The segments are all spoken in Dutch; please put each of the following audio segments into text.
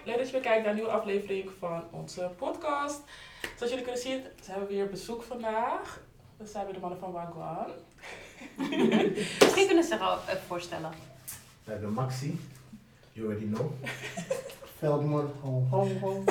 leuk dat je weer kijkt naar een nieuwe aflevering van onze podcast. Zoals jullie kunnen zien, zijn we weer bezoek vandaag. We zijn bij de mannen van Wagwan. Misschien kunnen ze zich al even voorstellen. We hebben Maxi, you already know. Veldman, ho.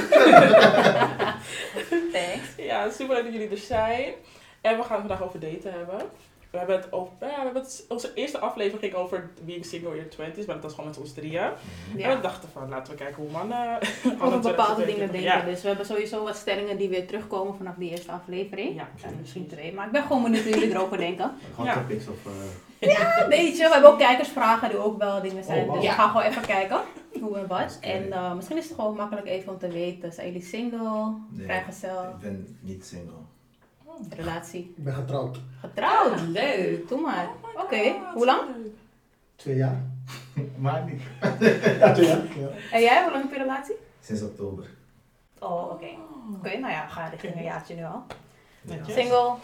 Thanks. Ja, super leuk dat jullie er zijn. En we gaan het vandaag over daten hebben. We hebben onze eerste aflevering ging over being single in your 20s, maar dat was gewoon met ons drieën. Ja. En we dachten van, laten we kijken hoe mannen Over bepaalde dingen denken. Ja. Dus we hebben sowieso wat stellingen die weer terugkomen vanaf die eerste aflevering. Ja. En misschien 2, maar ik ben gewoon benieuwd hoe jullie erover denken. Gewoon Ja. topics of... Ja, weet je, we hebben ook kijkersvragen die ook wel dingen zijn. Oh, wow. Dus we gaan gewoon even kijken hoe en wat. Oké. En misschien is het gewoon makkelijk even om te weten. Zijn jullie single? Nee, Vrijgezel? ik ben niet single. Relatie? Ik ben getrouwd. Getrouwd? Leuk. Doe maar. Oké, hoe lang? 2 jaar. Maar niet. Ja, 2 jaar. Ja. En jij, hoe lang heb je een relatie? Sinds oktober. Oh, oké. Oké, nou ja, ga richting een jaartje nu al. Netjes. Single.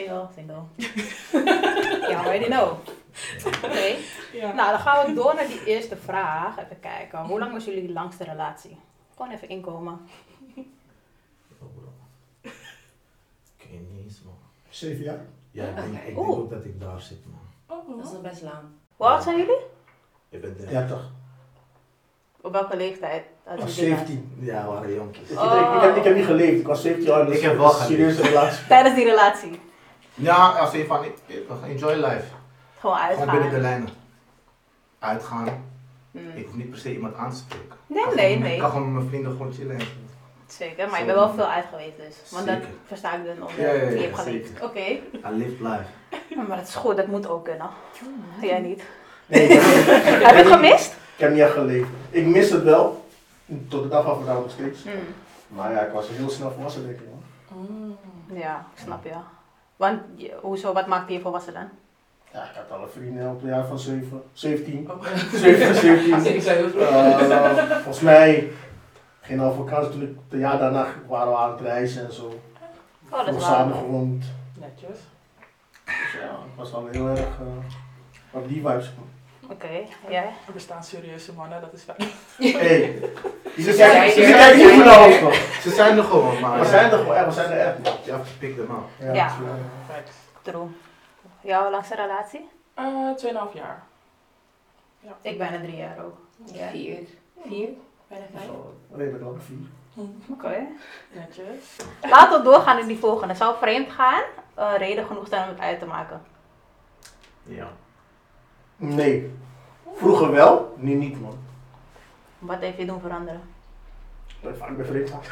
Ja, already know. Oké. Ja. Nou, dan gaan we door naar die eerste vraag. Even kijken. Hoe lang was jullie langste relatie? Gewoon even inkomen. Oh, bro. Ik weet niet eens, man. 7 jaar. Ja, ik denk Oeh. ook dat ik daar zit, man. Oh, Dat is nog best lang. Hoe oud zijn jullie? Ik ben 30. Op welke leeftijd? Ik Als was jullie 17. Ja, we waren jonkies. Ik heb niet geleefd. Ik was 17 jaar. Dus Ik heb wel een serieuze relatie. Tijdens die relatie? Ja, als een van, enjoy life. Gewoon Gewoon binnen de uitgaan? lijnen. Uitgaan. Hmm. Ik hoef niet per se iemand aan te spreken. Nee. Ik kan gewoon met mijn vrienden gewoon chillen. Zeker, maar je bent wel veel uit geweest dus. Want dat Zeker. versta ik dan onder Ja, wie je hebt geleefd. zeker. Oké. I live life. Ja, maar dat is goed, dat moet ook kunnen. Jij niet. Nee, Heb je het gemist? Ik heb niet echt geleefd. Ik mis het wel. Tot de dag van vandaag nog steeds. Hmm. Maar ja, ik was heel snel volwassen, denk ik. Man. Ja, ik snap je. Want hoezo, wat maakte je volwassen dan? Ja, ik had alle vrienden op het jaar van 17. Oh. 17. Ik zou heel vroeg. Volgens mij ging al vakantie toen ik het jaar daarna waren we aan het reizen en zo. Oh, dat Nog is samen wel. gewoond. Netjes. Dus ja, ik was al heel erg op die vibes. Oké, jij? Er bestaan serieuze mannen, dat is fijn. Hey, ze Ja, kijken niet voor de hand van. Ze zijn er gewoon, maar... We zijn er gewoon, we zijn er echt. Man. Je hebt pick them up. Ja. dus, Perfect. True. Jouw langste relatie? 2,5 jaar. Ja. Ik bijna 3 jaar ook. Ja, 4. 4? Bijna 5. zo redelijk lang, 4. Oké. Netjes. Laten we doorgaan in die volgende. Zou vreemd gaan reden genoeg zijn om het uit te maken? Ja. Nee. Vroeger wel, nu niet man. Wat heeft je doen veranderen? Ik ben vaak bevreemd gaan.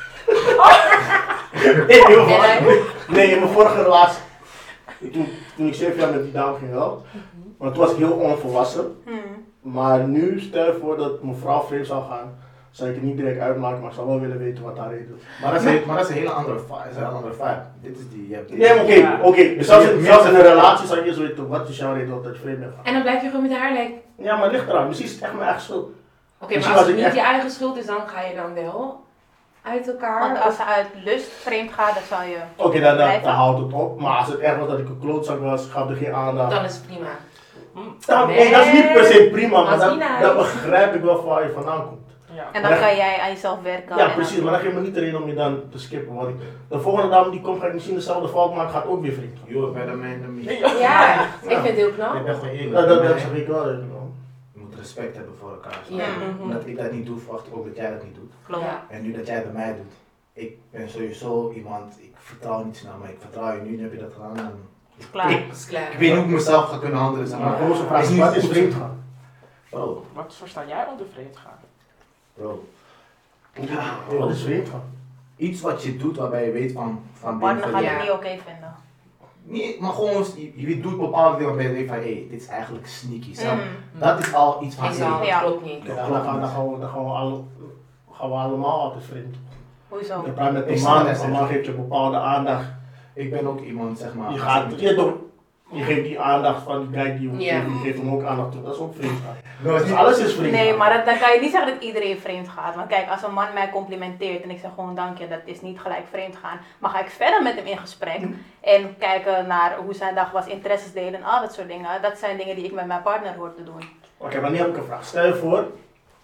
Nee, in mijn vorige relatie. Toen ik 7 jaar met die dame ging wel. Maar toen was ik heel onvolwassen. Maar nu, stel je voor dat mijn vrouw vreemd zou gaan, zou ik het niet direct uitmaken, maar ik zou wel willen weten wat haar reden is. Maar dat is een hele andere vibe. Dit is die... Je hebt Nee, maar oké. Dus zelfs in een relatie zou ik eerst weten, wat is jouw reden dat je vreemd bent gaan? En dan blijf je gewoon met haar, like... Ja, maar het ligt eraan. Misschien is het echt mijn eigen schuld. Oké, Misschien maar als was het ik niet echt- je eigen schuld is, dan ga je dan wel uit elkaar. Want als ze uit lust vreemd gaat, dan zou je... Oké, dan Blijven. houdt het op. Maar als het echt was dat ik een klootzak was, gaf er geen aandacht. Dan is het prima. Nee, dat is niet per se prima, maar Dat is niet nice. dan begrijp ik wel waar je vandaan komt. Ja. En dan kan jij aan jezelf werken. Ja, en precies, dan- maar dan geef me niet de reden om je dan te skippen. Want de volgende dame die komt, ga ik misschien dezelfde fout maken, gaat ook weer vriend. You're better man than me. Ja, ik vind het heel Ik knap. ben gewoon eerlijk. Dat zeg ik wel. Je moet respect hebben voor elkaar. Ja. Omdat ik dat niet doe, verwacht ik ook dat jij dat niet doet. Klopt. Ja. En nu dat jij het bij mij doet. Ik ben sowieso iemand, ik vertrouw niet snel, maar ik vertrouw je nu. Nu heb je dat gedaan. En Klaar. Ik, Dat is klaar. ik weet niet hoe ik mezelf ga kunnen handelen. Zeg Maar maar. gewoon zo'n vraag, Is niet wat is goed. vreemd gaan? Bro, Wat versta jij onder vreemd gaan? bro. Wat is vreemd gaan? Iets wat je doet waarbij je weet van Partner binnen gaat van Ja. het niet oké vinden. Nee, maar gewoon, je doet bepaalde dingen waarbij je denkt van, hé, dit is eigenlijk sneaky. Snap je? Mm. Dat is al iets van, Is hey, al, Ja. dat klopt niet. Ja, dan gaan we allemaal altijd vreemd. Hoezo? Je praat met Ik een snap man, het, een man geeft je bepaalde aandacht. ik ben ook iemand, zeg maar. Je geeft die aandacht van die guy die je Ja. geeft, je geeft hem ook aandacht toe. Dat is ook vreemd gaan. No, Dus alles is vreemd. Nee, maar dan kan je niet zeggen dat iedereen vreemd gaat. Want kijk, als een man mij complimenteert en ik zeg gewoon dank je, dat is niet gelijk vreemd gaan. Maar ga ik verder met hem in gesprek en kijken naar hoe zijn dag was, interesses delen en al dat soort dingen. Dat zijn dingen die ik met mijn partner hoor te doen. Oké, maar nu heb ik een vraag. Stel je voor,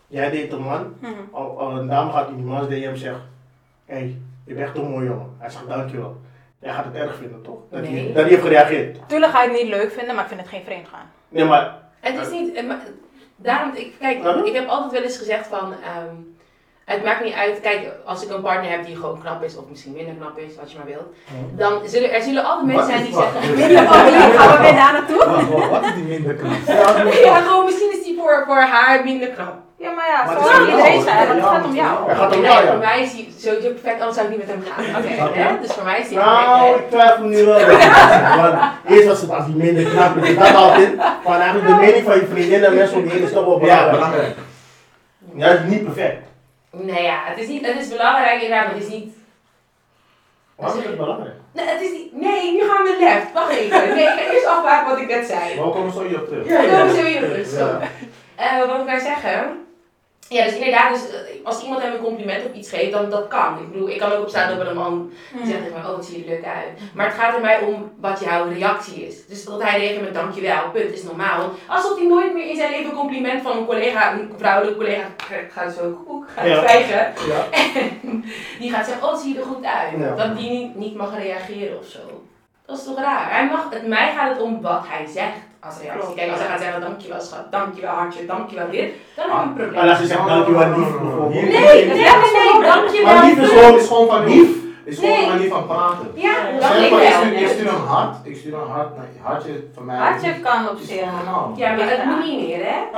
jij date een man, al een dame gaat in die man's DM zeggen, hey, je bent echt een mooie jongen. Hij zegt dankjewel. Jij gaat het erg vinden, toch? Dat Nee. hij heeft gereageerd. Tuurlijk ga ik het niet leuk vinden, maar ik vind het geen vreemd gaan. Nee, maar Het is niet, daarom, ik heb altijd wel eens gezegd van, het maakt niet uit, kijk, als ik een partner heb die gewoon knap is, of misschien minder knap is, wat je maar wilt, dan zullen altijd mensen zijn die zeggen, Minder familie, gaan we weer daar naartoe? Wat is die minder knap? ja, gewoon misschien is die voor haar minder knap. Ja, maar ja, Maar zo het is zal wel iedereen jou, zijn, want het ja, gaat om jou. het gaat om Nee, jou, ja. voor mij is die sowieso perfect, anders zou ik niet met hem gaan. Snap je? Hè? Dus voor mij is die nou, perfect. ik twijfel nu wel. Want eerst was het als die minder knap is, dat altijd. Maar eigenlijk de mening van je vriendin en mensen om je heen is toch wel Ja, belangrijk. belangrijk. Ja, het is niet perfect. Nee, ja, het is belangrijk inderdaad, maar het is niet... Waarom is het belangrijk? Nee, het is niet... Nee, nu gaan we left. Wacht even. Nee, ik ga eerst afmaken wat ik net zei. Maar we komen zo hier op terug. Ja, dan zullen we terug. Ja. Wat ik nou zeggen? Ja, dus inderdaad, als iemand hem een compliment of iets geeft, dan dat kan. Ik bedoel, ik kan ook opstaan op een man die zegt tegen mij, oh wat zie je er leuk uit. Maar het gaat er mij om wat jouw reactie is. Dus dat hij reageert met dankjewel, punt, is normaal. Want alsof hij nooit meer in zijn leven een compliment van een collega, een vrouwelijke collega, gaat zo krijgen. Ja. En die gaat zeggen, oh zie je er goed uit. Ja. Dat die niet mag reageren of zo. Dat is toch raar? Mij gaat het om wat hij zegt als reactie. Klopt. Kijk, als hij gaat zeggen, dankjewel schat, dankjewel hartje, dankjewel dit, dan heb je een probleem. Maar als je zegt dankjewel lief bijvoorbeeld. Nee, dankjewel. Maar lief is Het gewoon is gewoon van lief. Het is gewoon een manier van praten. Ja, dat Zeg ik maar, wel. ik stuur een hart. Ik stuur een hart. Hartje van mij. Hartje kan op is zich. gewoon normaal. Ja, maar het moet niet meer, hè?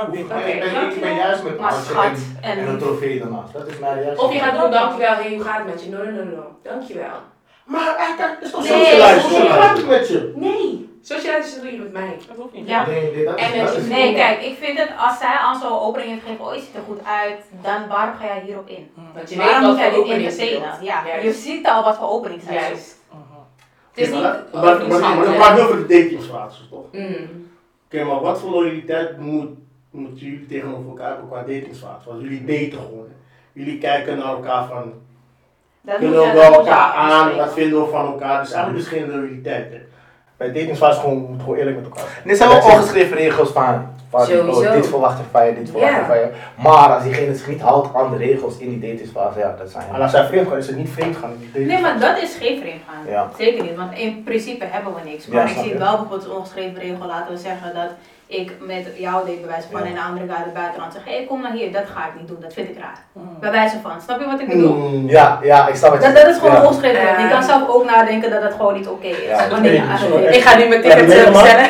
Ik ben juist met Maar hartje schat en en een trofee daarnaast. Dat is mij juist. Of je gaat doen, dankjewel, hey, hoe gaat het met je? No, dankjewel. Maar eigenlijk is toch Nee, socialize, nee. hoe gaat het met je? Nee, socialize doe je met mij. Dat hoeft niet. Ja. Nee, dat En is Nee, kijk, ik vind het als zij al zo'n opening heeft gegeven, oh je ziet er goed uit, dan waarom ga jij hierop in? Want je weet Waarom wat moet jij voor dit opening je entertainen? wilt. Ja, Juist. je ziet al wat voor opening zij zoekt. Juist. Het is niet... Maar dat praat heel veel de datingsfases, toch? Mm. Oké, maar wat voor loyaliteit moeten jullie tegenover elkaar hebben qua datingsfase? Want jullie daten gewoon. Hè. Jullie kijken naar elkaar van, Dat kunnen moet we je- dat wel moet je elkaar aan, afspreken. wat vinden we van elkaar? Dus eigenlijk is geen loyaliteit. Hè. Bij datingsfase moet gewoon eerlijk met elkaar zijn. Er zijn wel ongeschreven regels van Sowieso. oh, dit verwacht ik van je, dit verwacht ik van je. Maar als diegene zich niet houdt aan de regels in die datingsfase, ja, dat zijn En als zij vreemd gaan, is het niet vreemd gaan in die Nee, datingsfase. maar dat is geen vreemdgaan. Ja. Zeker niet, want in principe hebben we niks. Ja, Maar ik snap zie je. wel bijvoorbeeld een ongeschreven regel, laten we zeggen dat ik met jou date bij wijze van Ja. en een andere guy de buitenland zeg, hey, kom nou hier, dat ga ik niet doen, dat vind ik raar. Bij wijze van, snap je wat ik bedoel? Ja, ik snap wat je Dat is gewoon ja. ongeschreven regel. Je kan zelf ook nadenken dat dat gewoon niet oké is. Ja, wanneer je dat aan weet het ik. daten Ik ga nu mijn Ja, ticket nee, man. bestellen.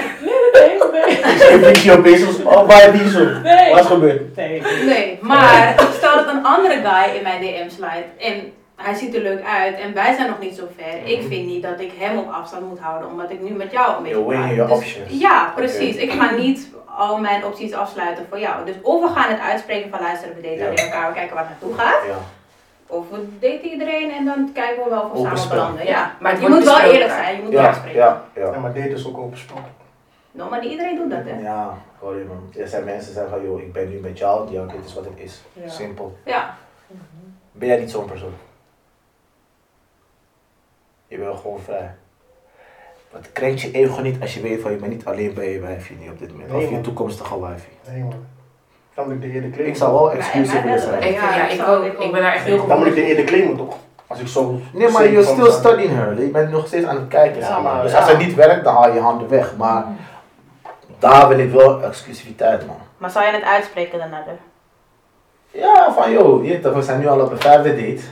Ik zie je opeens, oh, waar heb je zo? Nee. Wat is gebeurd? Nee. Nee, maar stel dat een andere guy in mijn DM slijt en hij ziet er leuk uit en wij zijn nog niet zo ver. Ik vind niet dat ik hem op afstand moet houden omdat ik nu met jou een beetje You're weighing praat. your Dus- options. Ja, precies. Ik ga niet al mijn opties afsluiten voor jou. Dus of we gaan het uitspreken van luisteren, we daten Ja. alleen elkaar, we kijken waar het naartoe gaat. Ja. Of we daten iedereen en dan kijken we wel of we Open samen spel. belanden. Ja, Ja. maar het Je wordt moet wel besproken. eerlijk zijn, je moet wel Ja, afspreken. ja, Ja, ja. maar daten is ook open spel. No, maar niet iedereen doet dat, hè? Ja, hoor je man. Er zijn mensen die zeggen van, joh, ik ben nu met jou, ja, dit is wat het is. Ja. Simpel. Ja. Ben jij niet zo'n persoon? Je bent gewoon vrij. Het krenkt je ego niet als je weet van je bent niet alleen bij je wijfje niet op dit moment. Nee, Of je man. toekomstige wijfje. Nee man. Dan moet ik de eerder claimen. Ik zou wel Maar exclusief mij willen wel, zijn. hè? Ja, Ik zou ook. ik ook. Ik ben daar echt heel Dan moet ik goed. de eerder claimen toch? Als ik zo... Nee, maar zeker you're van still mezelf. studying her. Je bent nog steeds aan het kijken. Ja, zeg maar. maar Dus ja. als het niet werkt, dan haal je je handen weg. Maar daar wil ik wel exclusiviteit, man. Maar zou je het uitspreken dan naar de? Ja, van joh, je weet toch, we zijn nu al op een 5e date.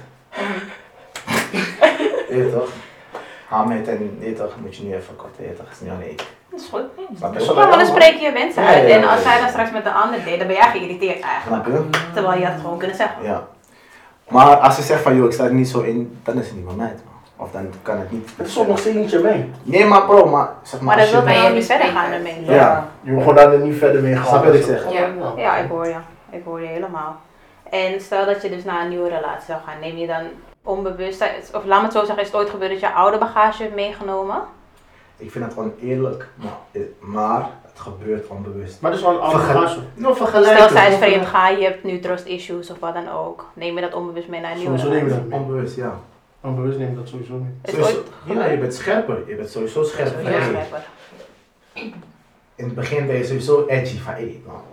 Je weet toch? Hamed en je weet toch, moet je nu even korten, je weet toch, is niet alleen ik. Dat is goed. Snap Dat is je? wel- Maar dan spreek je je wensen Ja, uit. ja, En ja, als ja. zij dan straks met de ander deed, dan ben jij geïrriteerd eigenlijk. Snap je? Terwijl je had het gewoon kunnen zeggen. Ja. Maar als ze zegt van joh, ik sta er niet zo in, dan is het niet mijn meid, man. Of dan kan het niet. Het is nog steeds niet je mee. Nee, maar bro, maar zeg maar. Maar dan als wil je- je maar niet je verder bespreekt gaan het. ermee. Ja. Je moet gewoon daar niet verder mee gaan. Snap je wat ik zeg? Ja. Ja, ik hoor je. Ik hoor je helemaal. En stel dat je dus naar een nieuwe relatie zou gaan, neem je dan onbewust, of laat me het zo zeggen, is het ooit gebeurd dat je oude bagage hebt meegenomen? Ik vind het gewoon eerlijk, maar het gebeurt onbewust. Maar dat is wel een andere bagage. Nou, Stel zij is vreemd gaan, je hebt nu trust issues of wat dan ook. Neem je dat onbewust mee naar een nieuwe Sowieso neem je relatie? dat mee. Onbewust, ja. Onbewust neem ik dat sowieso niet. Is het ooit Sowieso, ja, je bent scherper. Je bent sowieso scherper. Ja, Hey, schrijver. in het begin ben je sowieso edgy van, hé, man, wat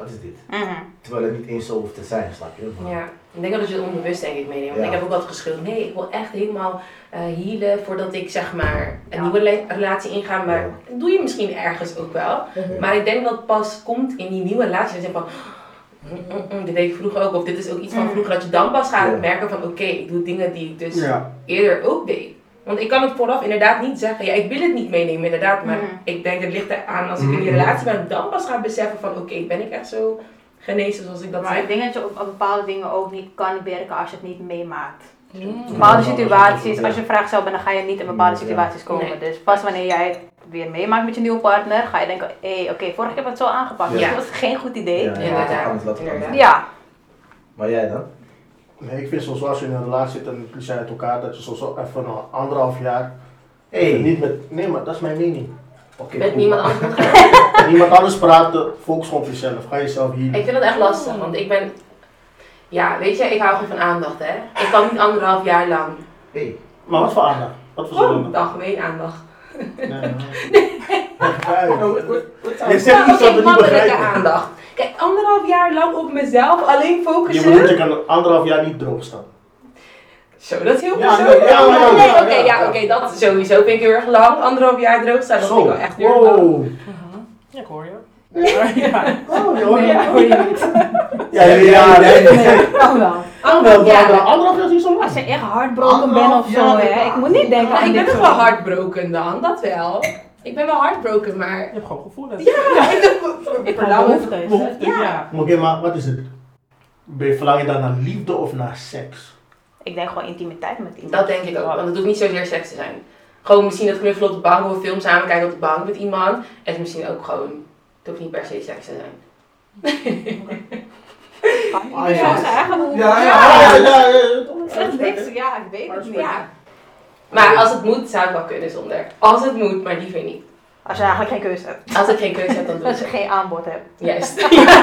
wat is dit? Mhm. Terwijl het niet eens zo hoeft te zijn, snap je? Maar- Ja, ik denk dat je het onbewust denk ik meeneemt. Want Ja. ik heb ook altijd geschreven, nee, ik wil echt helemaal healen voordat ik zeg maar een Ja. nieuwe relatie inga. Maar Ja. dat doe je misschien ergens ook wel. Ja. Maar ik denk dat het pas komt in die nieuwe relatie. Dat je zegt van, dit deed ik vroeger ook. Of dit is ook iets van vroeger. Dat je dan pas gaat Ja. merken van, oké, ik doe dingen die ik dus Ja. eerder ook deed. Want ik kan het vooraf inderdaad niet zeggen. Ja, ik wil het niet meenemen inderdaad. Maar Mhm. ik denk het ligt eraan als ik in die relatie ben. Dan pas ga beseffen van, oké, ben ik echt zo genezen zoals ik dat Maar zeg. ik denk dat je op bepaalde dingen ook niet kan werken als je het niet meemaakt. Mm. Bepaalde Ja. situaties, als je vraag stelt, dan ga je niet in bepaalde Ja. situaties komen. Nee. Dus pas wanneer jij het weer meemaakt met je nieuwe partner, ga je denken, oké, vorige keer heb ik het zo aangepakt. Dus Ja. dat was geen goed idee. Ja, Ja. ja, Inderdaad, laat het anders, laat het inderdaad. anders. Maar jij dan? Nee, ik vind zoals als je in een relatie zit en jullie zijn uit elkaar, dat je soms wel even een 1,5 jaar Hey. niet met. Nee, maar dat is mijn mening. Oké, Met cool. niemand anders moet gaan. Met niemand anders praten, focus gewoon op jezelf. Ga jezelf hier. Ik vind dat echt lastig, want ik ben... Ja, weet je, ik hou gewoon van aandacht, hè. Ik kan niet 1,5 jaar lang... Hey. Maar wat voor aandacht? Wat voor soort aandacht? De algemene aandacht. Nee, nee. Begrijp. Oh, Je Ja, zegt iets dat we niet mannelijke begrijpen. aandacht. Kijk, 1,5 jaar lang op mezelf alleen Je focussen. bedoelt, je kan 1,5 jaar niet droog staan. Zo, dat is heel Ja, persoonlijk. nee, ja, ja, Nee, ja, oké, ja. ja, oké, dat sowieso vind ik heel erg lang. 1,5 jaar droog staan, dat vind ik wel echt heel erg lang. Wow. Ja, ik hoor je. Ja. Oh, je hoort Nee, het. dat hoor je niet. Ja, nee. Kan wel. 1,5 jaar. Ja. 1,5 jaar is niet zo lang. Als je echt heartbroken bent of zo, hè. Ik moet niet denken Maar aan ik ben dit nog wel soort- heartbroken dan, dat wel. Ik ben wel heartbroken, maar... Je hebt gewoon gevoelens. Ja, ik heb Ik verlangen. behoeftes. Behoeftes, ja. Oké, maar wat is het? Verlang je dan naar liefde of naar seks? Ik denk gewoon intimiteit met iemand. Dat denk ik ook, want het hoeft niet zozeer seks te zijn. Gewoon misschien dat knuffelen op de bank of een film samen kijken op de bank met iemand. En het is misschien ook gewoon, het hoeft niet per se seks te zijn. Ah, Ja, ja. zijn eigen behoeftes. Ja, Echt niks, ja, ik weet het niet. Ja. Maar als het moet, zou ik wel kunnen zonder. Als het moet, maar liever niet. Als je eigenlijk geen keuze hebt. Als ik geen keuze heb, dan doe ik Als je het. geen aanbod hebt. Juist.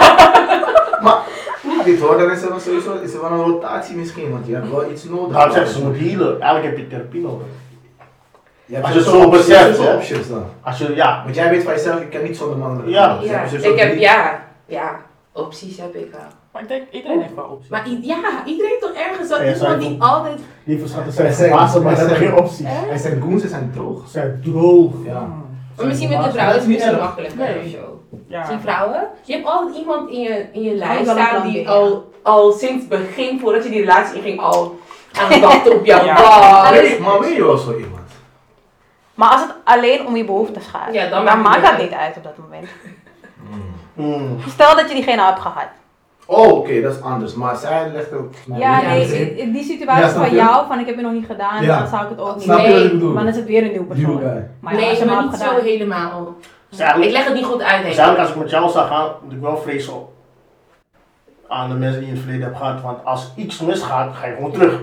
Niet dit hoor, dan is er wel sowieso is er wel een rotatie misschien, want je hebt wel iets nodig. Daarom zeggen ze moet healen. Eigenlijk heb je therapie nodig. Je hebt Als je het sowieso zo beseft, sowieso hè. options dan. Als je, ja. Want jij weet van jezelf, ik kan niet zonder mannelijke Ja. partners. Je Ja, hebt sowieso ik heb, drie- ja, opties heb ik wel. Maar ik denk, iedereen heeft wel opties. Maar iedereen heeft toch ergens dat Ja, iemand zijn die goed. altijd... Lieve schatten zijn volwassen, maar ze hebben geen opties. Hij zijn goons, ze zijn droog. Ze zijn droog. Ja. Maar misschien met de vrouwen is het niet zo makkelijk. Nee. of zo. Ja. Zie vrouwen? Je hebt altijd iemand in je lijst wel een staan plan die B, al sinds het begin, voordat je die relatie inging, al aan het wachten op jou Ja. was. Maar weet je wel zo iemand? Maar als het alleen om je behoeftes gaat, Ja, dan dan maakt het maakt niet dat uit. niet uit op dat moment. Hmm. Stel dat je diegene hebt gehad. Oh, oké, dat is anders. Maar zij legt ook... Ja, Ja, nee, in die situatie Ja, snap van je? jou, van ik heb het nog niet gedaan, Ja. dan zou ik het ook niet Snap je doen. wat ik bedoel? Maar dan is het weer een nieuw persoon. Maar ja, als Nee, je hem maar hebt niet gedaan. zo helemaal. Dus eigenlijk, Ik leg het niet goed uit, denk dus ik. eigenlijk als ik met jou zou gaan, moet ik wel vrezen op aan de mensen die in het verleden hebben gehad. Want als iets misgaat, ga je gewoon terug.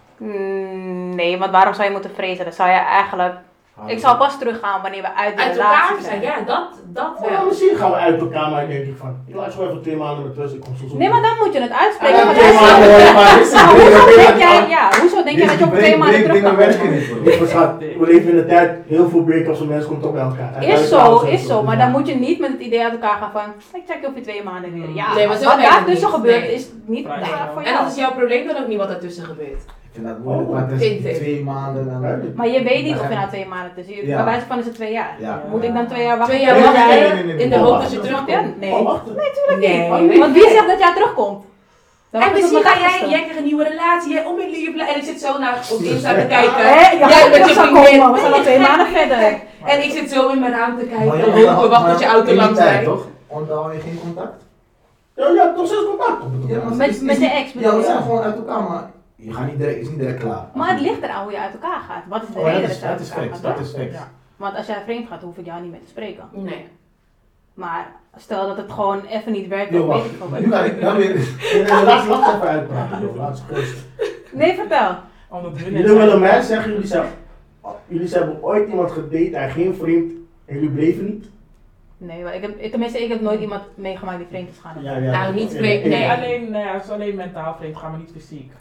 Nee, want waarom zou je moeten vrezen? Dan zou je eigenlijk... Ik zal pas teruggaan wanneer we uit de Uit elkaar relatie zijn, zijn. ja, dat Ja, wel. misschien gaan we uit elkaar, maar denk ik van, ik laat gewoon even 2 maanden met rust, ik kom zo. Nee, maar dan moet je het uitspreken. Ja, want 2 hij- maanden hoor, maar dit is Nou, een hoezo ding, denk jij, ja, hoezo denk jij dat je op 2 maanden terug kan werken komen? niet voor Lieve schat, we leven in de tijd, heel veel break-ups van mensen komen toch bij elkaar. En Is dat zo, wel is zo. Maar dan moet je niet met het idee uit elkaar gaan van, ik check je over 2 maanden weer. Ja, Nee, maar zo wat werkt het daartussen niet. gebeurt Nee. is niet Nee. daar voor En jou. dat is jouw probleem dan ook niet wat ertussen gebeurt. Ik vind dat moeilijk, maar het Vind is ik. 2 maanden dan... Maar je weet niet of je na 2 maanden tussen je. Ja. Bij wijze van is het 2 jaar. Ja. Moet ik dan 2 jaar wachten? 2 jaar Nee, wachten nee, nee, nee, in de nee. hoop Oh, dat je wacht. terugkomt. Nee. Oh, wacht. Nee. Want wie zegt dat jij terugkomt? Dan En wordt het misschien op ga elkaar jij gestemd. krijgt een nieuwe relatie, jij en ik zit zo naar op Insta te kijken. Hé, je Jij gaat met terug je zou vriendin. komen. We gaan al 2 maanden verder. En ik zit zo in mijn raam te kijken Maar en ja, hopen, wachten tot je auto in die langs tijd, rijdt. toch? Onderhoud je geen contact? Ja, toch steeds contact. Ja, maar Met de ex Ja, bedoel we je? zijn gewoon uit elkaar, maar je gaat niet direct, is niet direct klaar. Maar het ligt eraan hoe je uit elkaar gaat. Wat is de Oh, reden dat dat is, je uit dat is elkaar fix, gaat? dat is fix. Ja. Want als jij vreemd gaat, hoef ik jou niet meer te spreken. Nee. Maar stel dat het gewoon even niet werkt, Yo, dan weet wacht, ik veel maar wat. nu ga ik dan weer... Laat ze even uitpraten, joh. Laat ze gerust. Nee, vertel. Omdat hun Jullie willen mij zeggen, jullie hebben ooit iemand gedate en geen vriend en jullie bleven niet? Nee, maar ik heb nooit iemand meegemaakt die vreemd is gaan. Ja. Nou, niet vreemd, Nee, nee. alleen, nou ja, het is alleen mentaal vreemd gaan, maar niet fysiek.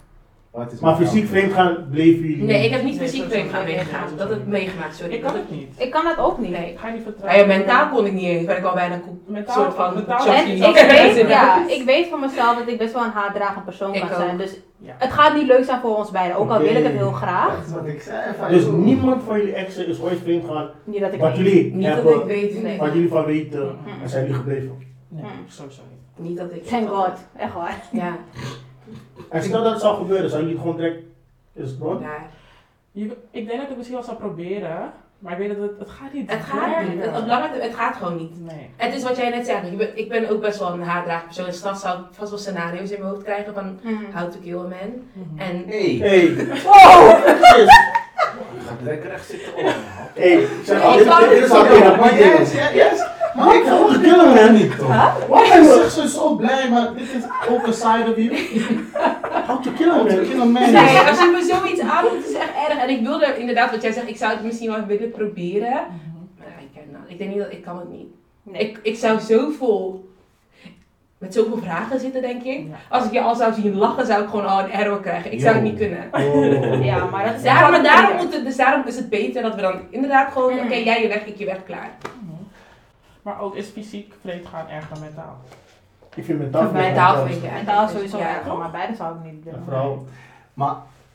Wat is Maar met fysiek jou? vreemd gaan bleven jullie? Nee, ik heb niet Nee, fysiek zo- vreemd gaan zo- meegemaakt. Dat heb ik meegemaakt, sorry. Ik kan het niet. Ik kan dat ook niet. Nee. Ga je niet Ja, vertrouwen? mentaal kon ik niet eens, ben ik al bijna Mentaal- soort van mentaal- En Chelsea. ik weet van mezelf dat ik best wel een haatdragend persoon Ik kan ook. zijn. Dus Ja. het gaat niet leuk zijn voor ons beiden. Ook al wil ik het heel graag. Dat is wat ik zei. Dus niemand van jullie exen is ooit vreemd gaan. Niet dat ik Wat weet. jullie Niet dat ik hebben, weet, nee. wat jullie van weten, Mm. en zijn jullie gebleven. Nee, sowieso niet. Niet dat ik... Thank God. Echt waar. Ja. En stel dat het zou gebeuren, zou jullie het gewoon direct, is het gewoon? Ja. Ik denk dat ik het misschien wel zou proberen, maar ik weet dat het gaat niet. Het gaat niet. werken. Op lange termijn, het gaat gewoon niet. Nee. Het is wat jij net zei. Ik ben ook best wel een haatdragend persoon. Dus straks zou ik vast wel scenario's in mijn hoofd krijgen van how to kill a man. Mhm. En Hey, Hey, Wow! ga lekker recht zitten. Oh, hey, zeg Nee, al, ik kan dit is al niet. een maar yes. Maar ik ga ook killen man niet toch? Wat Hij is zegt zo blij, maar dit is ook een side of you. How to kill a How to man? kill a man. nee, als je me zoiets aandoet, is het echt erg. En ik wilde inderdaad, wat jij zegt, ik zou het misschien wel willen proberen. Maar ik denk niet dat ik kan het niet. Nee. Ik zou met zoveel vragen zitten, denk ik. Ja. Als ik je al zou zien lachen, zou ik gewoon al een error krijgen. Ik zou het Yo. niet kunnen. Oh. Ja, maar dat is Daarom is het beter dat we dan inderdaad gewoon, oké, jij je weg, ik je weg, klaar. Maar ook is fysiek vreemd gaan erger dan mentaal. Ik vind mentaal Mentaal vreemd vind ik gaan. Mentaal sowieso Ja. erger, maar beide zou ik niet Een doen. vrouw. Maar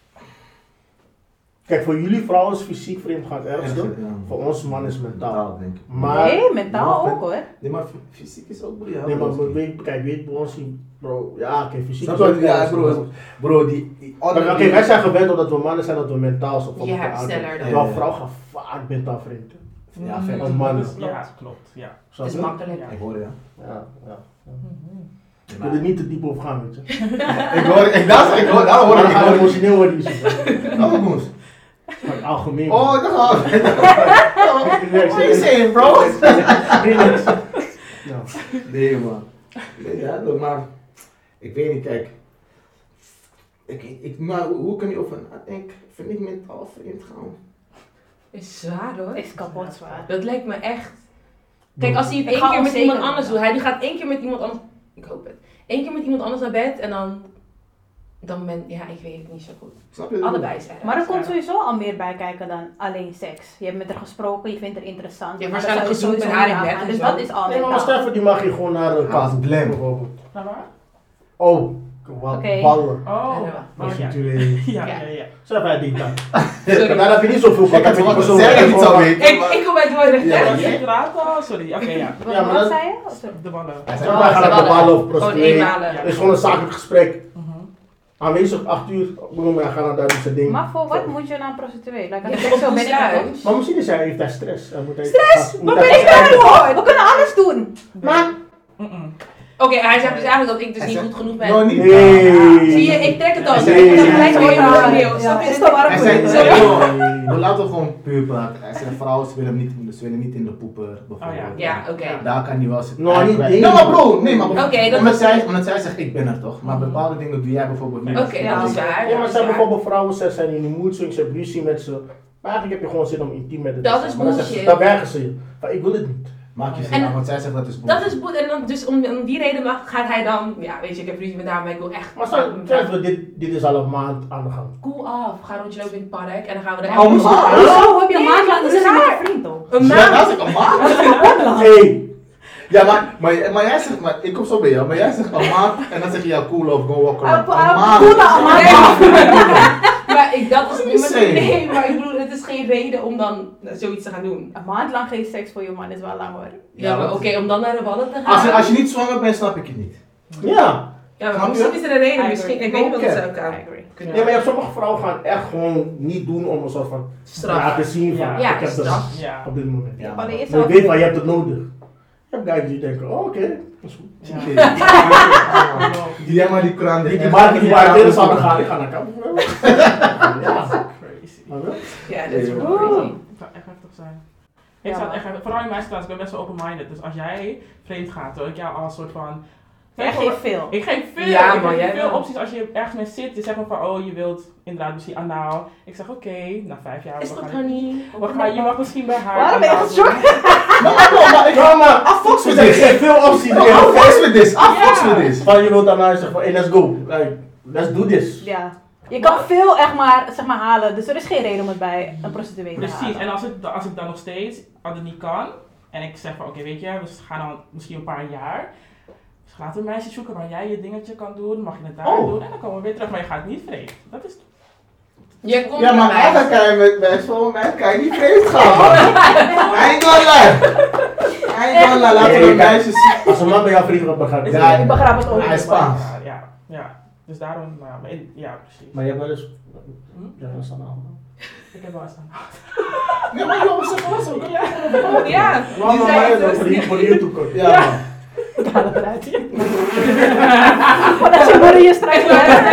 Kijk, voor jullie vrouwen is fysiek vreemd gaan het ergste. ja. Voor ons man is mentaal. denk ik. Maar, Nee, mentaal maar- ook hoor. Nee, maar fysiek is ook briljant. Nee, maar kijk, weet bij ons, bro, ja, oké, fysiek Snap is ook je? Ja, ergste, bro. Bro, die Oké, wij zijn gewend omdat we mannen zijn dat we mentaal zo van Ja, elkaar sneller aankijken. dan. Terwijl vrouw gaat vaak mentaal vreemd. Ja, vet. Als man. Dat is- Ja, klopt. Ja. Snap Het je? is makkelijk. Ja. Ik hoor je. Ja, ja. Mhm. Ik wil er niet te diep over gaan, weet je. Ik hoor, daarom hoor Maar ik dan ga je niet. emotioneel worden, je ziet. Oh, moes. Maar het algemeen. Oh, daar gaan we. What What are you saying, bro? Ja. Nee, man. Nee, ja, maar ik weet niet, kijk. Maar hoe kan je over nadenken? Vind ik mentaal vreemd gaan? Is zwaar hoor. Is kapot zwaar. Dat lijkt me echt. Kijk, als hij het Ik één ga keer met onzeker iemand anders doet, worden. hij gaat één keer met iemand anders. Ik hoop het. Eén keer met iemand anders naar bed en dan ben ja, ik weet het niet zo goed. Snap je? Allebei zijn. Maar er komt sowieso al meer bij kijken dan alleen seks. Je hebt met haar gesproken, je vindt haar interessant. Je hebt maar waarschijnlijk dat zou je gezoend met haar in sowieso bed niet en aangaan. zo. Dus dat is al Nee, maar mentaal. Stefan die mag je gewoon naar de Als kant. blem. Bijvoorbeeld. Nou waar? Oh, wat Oké. ballen. Oh, Ja, oh ja. Natuurlijk. Ja, ja, ja. Zeg hij dit dan. Sorry. Daar heb je niet zoveel Ik had contact met die verwacht persoon. dat zij het niet zou weten. Ik kom bij het woord Ja, Ja, recht. je praat al? Sorry, oké, ja. Wat, Ja, maar wat dat- zei je? Of zo? De ballen. Hij Zeg zei, maar, gaan naar de ballen of Gewoon prostituee. eenmalig. Het is gewoon een zakelijk gesprek. Mhm. Aanwezig 8 uur. Boem, hij gaat naar daar doen zijn ding. Maar voor wat moet je naar een prostituee? Like, Ja, als toch ik zo ben ik er thuis. toch? Maar misschien is hij, heeft hij stress. Stress? Wat ben ik daar voor? We kunnen alles doen. Maar, Mm-mm. Oké, hij zegt dus eigenlijk dat ik dus Hij niet zegt- goed genoeg ben. Nou, niet. nee. Zie je, ik trek het al. Nee. Ik heb gelijk Nee. emotioneel. Snap je? Is dat waarom Hij we zei, doen? we laten gewoon puur praten. Hij zei, vrouwen ze willen niet in de poeper, bijvoorbeeld. Ja, oké. Daar kan hij wel zitten. Nou, niet Nee, dingen. maar bro, nee, maar Oké, dat omdat, is- omdat zij zegt, ik ben er toch. Maar bepaalde dingen doe jij bijvoorbeeld niet. Oké, Ja, dat is waar. Ja, maar dat is zijn waar. bijvoorbeeld vrouwen, ze zijn in die mood swings, ze hebben ruzie met ze. Maar eigenlijk heb je gewoon zin om intiem met het Dat te is zijn. Maar dan zegt ze, bullshit. daar werken ze je. Maar ik wil het niet. Maak je En- zin aan, want zij zegt dat is Dat bullshit. is goed. En dan, dus om die reden gaat hij dan, ja weet je, ik heb ruzie met haar, maar ik wil echt. Maar stel, dit is al een maand aan de gang. Cool af. Ga rondje lopen in het park en dan gaan we er Oh, echt- maar- Hoezo heb je een Nee, maand lang dat is ruzie met raar. je vriend toch? Een Ja, maand. dat is ook een maand. Hey, Ja, maar jij zegt, maar ik kom zo bij jou, maar jij zegt een maand en dan zeg je ja, cool of go walk around. Een maand. Maar dat is niet Insane. nee, maar ik bedoel, het is geen reden om dan zoiets te gaan doen. Een maand lang geen seks voor je man is wel lang hoor. Ja, maar wat- oké, om dan naar de ballen te gaan. Als je niet zwanger bent, snap ik het niet. ja. Ja, maar Snap je? misschien is er een reden, I misschien, agree. ik weet niet wat het zou I kunnen. agree. Ja, maar je hebt sommige vrouwen gaan echt gewoon niet doen om een soort van Straf. laten zien van Ja. Ja, ik heb het straf. Ja. op dit moment. Ja, Maar er is Maar je ook- weet van je hebt het nodig. Je hebt guys die denken, oh oké, dat is goed. Ja. Die jij maar die kraan. Die markt die waar ik zouden gaan, ik ga naar kamp. Ja, Crazy. maar wel. Ja, dat is Ja. wel crazy. Het zou echt heftig zijn. Ik Ja, zou het maar- echt heftig, vooral in mijn situatie, ik ben best wel open-minded. Dus als jij vreemd gaat, hoor, ik jou al een soort van... Jij geeft veel. Ik geef veel, Ja, ik maar geef jij veel wel. opties als je ergens mee zit. Je zegt van, oh je wilt inderdaad misschien anaal. Ik zeg oké, na 5 jaar Is we dat gaan- honey? je mag misschien bij haar Waarom ben je anaal geschokt? doen. Maar ik Ja, maar I fucks with er this. zijn veel opties. I fucks with this. I fucks with this. Van je wilt daarna zeggen van, hey let's go. Like, let's do this. Ja. Je kan veel echt maar, zeg maar halen, dus er is geen reden om het bij een prostituee te Precies, halen. en als ik dan nog steeds niet kan, en ik zeg van oké, weet je, we gaan dan misschien een paar jaar. Dus laten we een meisje zoeken waar jij je dingetje kan doen, mag je het daar doen en dan komen we weer terug, maar je gaat niet vreemd. Dat is Je komt Ja, maar bij mij. eigenlijk kan je met mensen van mij kan je niet vreemd gaan. Eindelijk! Laten we de meisjes zien. Als een man bij jou vriend wordt, begrijp ik. Ja, Ik begrijp het ook. Hij is niet. Spaans. ja. Dus daarom, nou, ja, precies. Maar je hebt wel eens... Ja, dat is dan al. Ik heb wel eens aan. Nee, maar jongens, ze was ook. Ja, Waarom die maar zei mij het voor dus. voor de YouTube kort. Ja, man. Ik haal het eruit. Voordat je Maria straks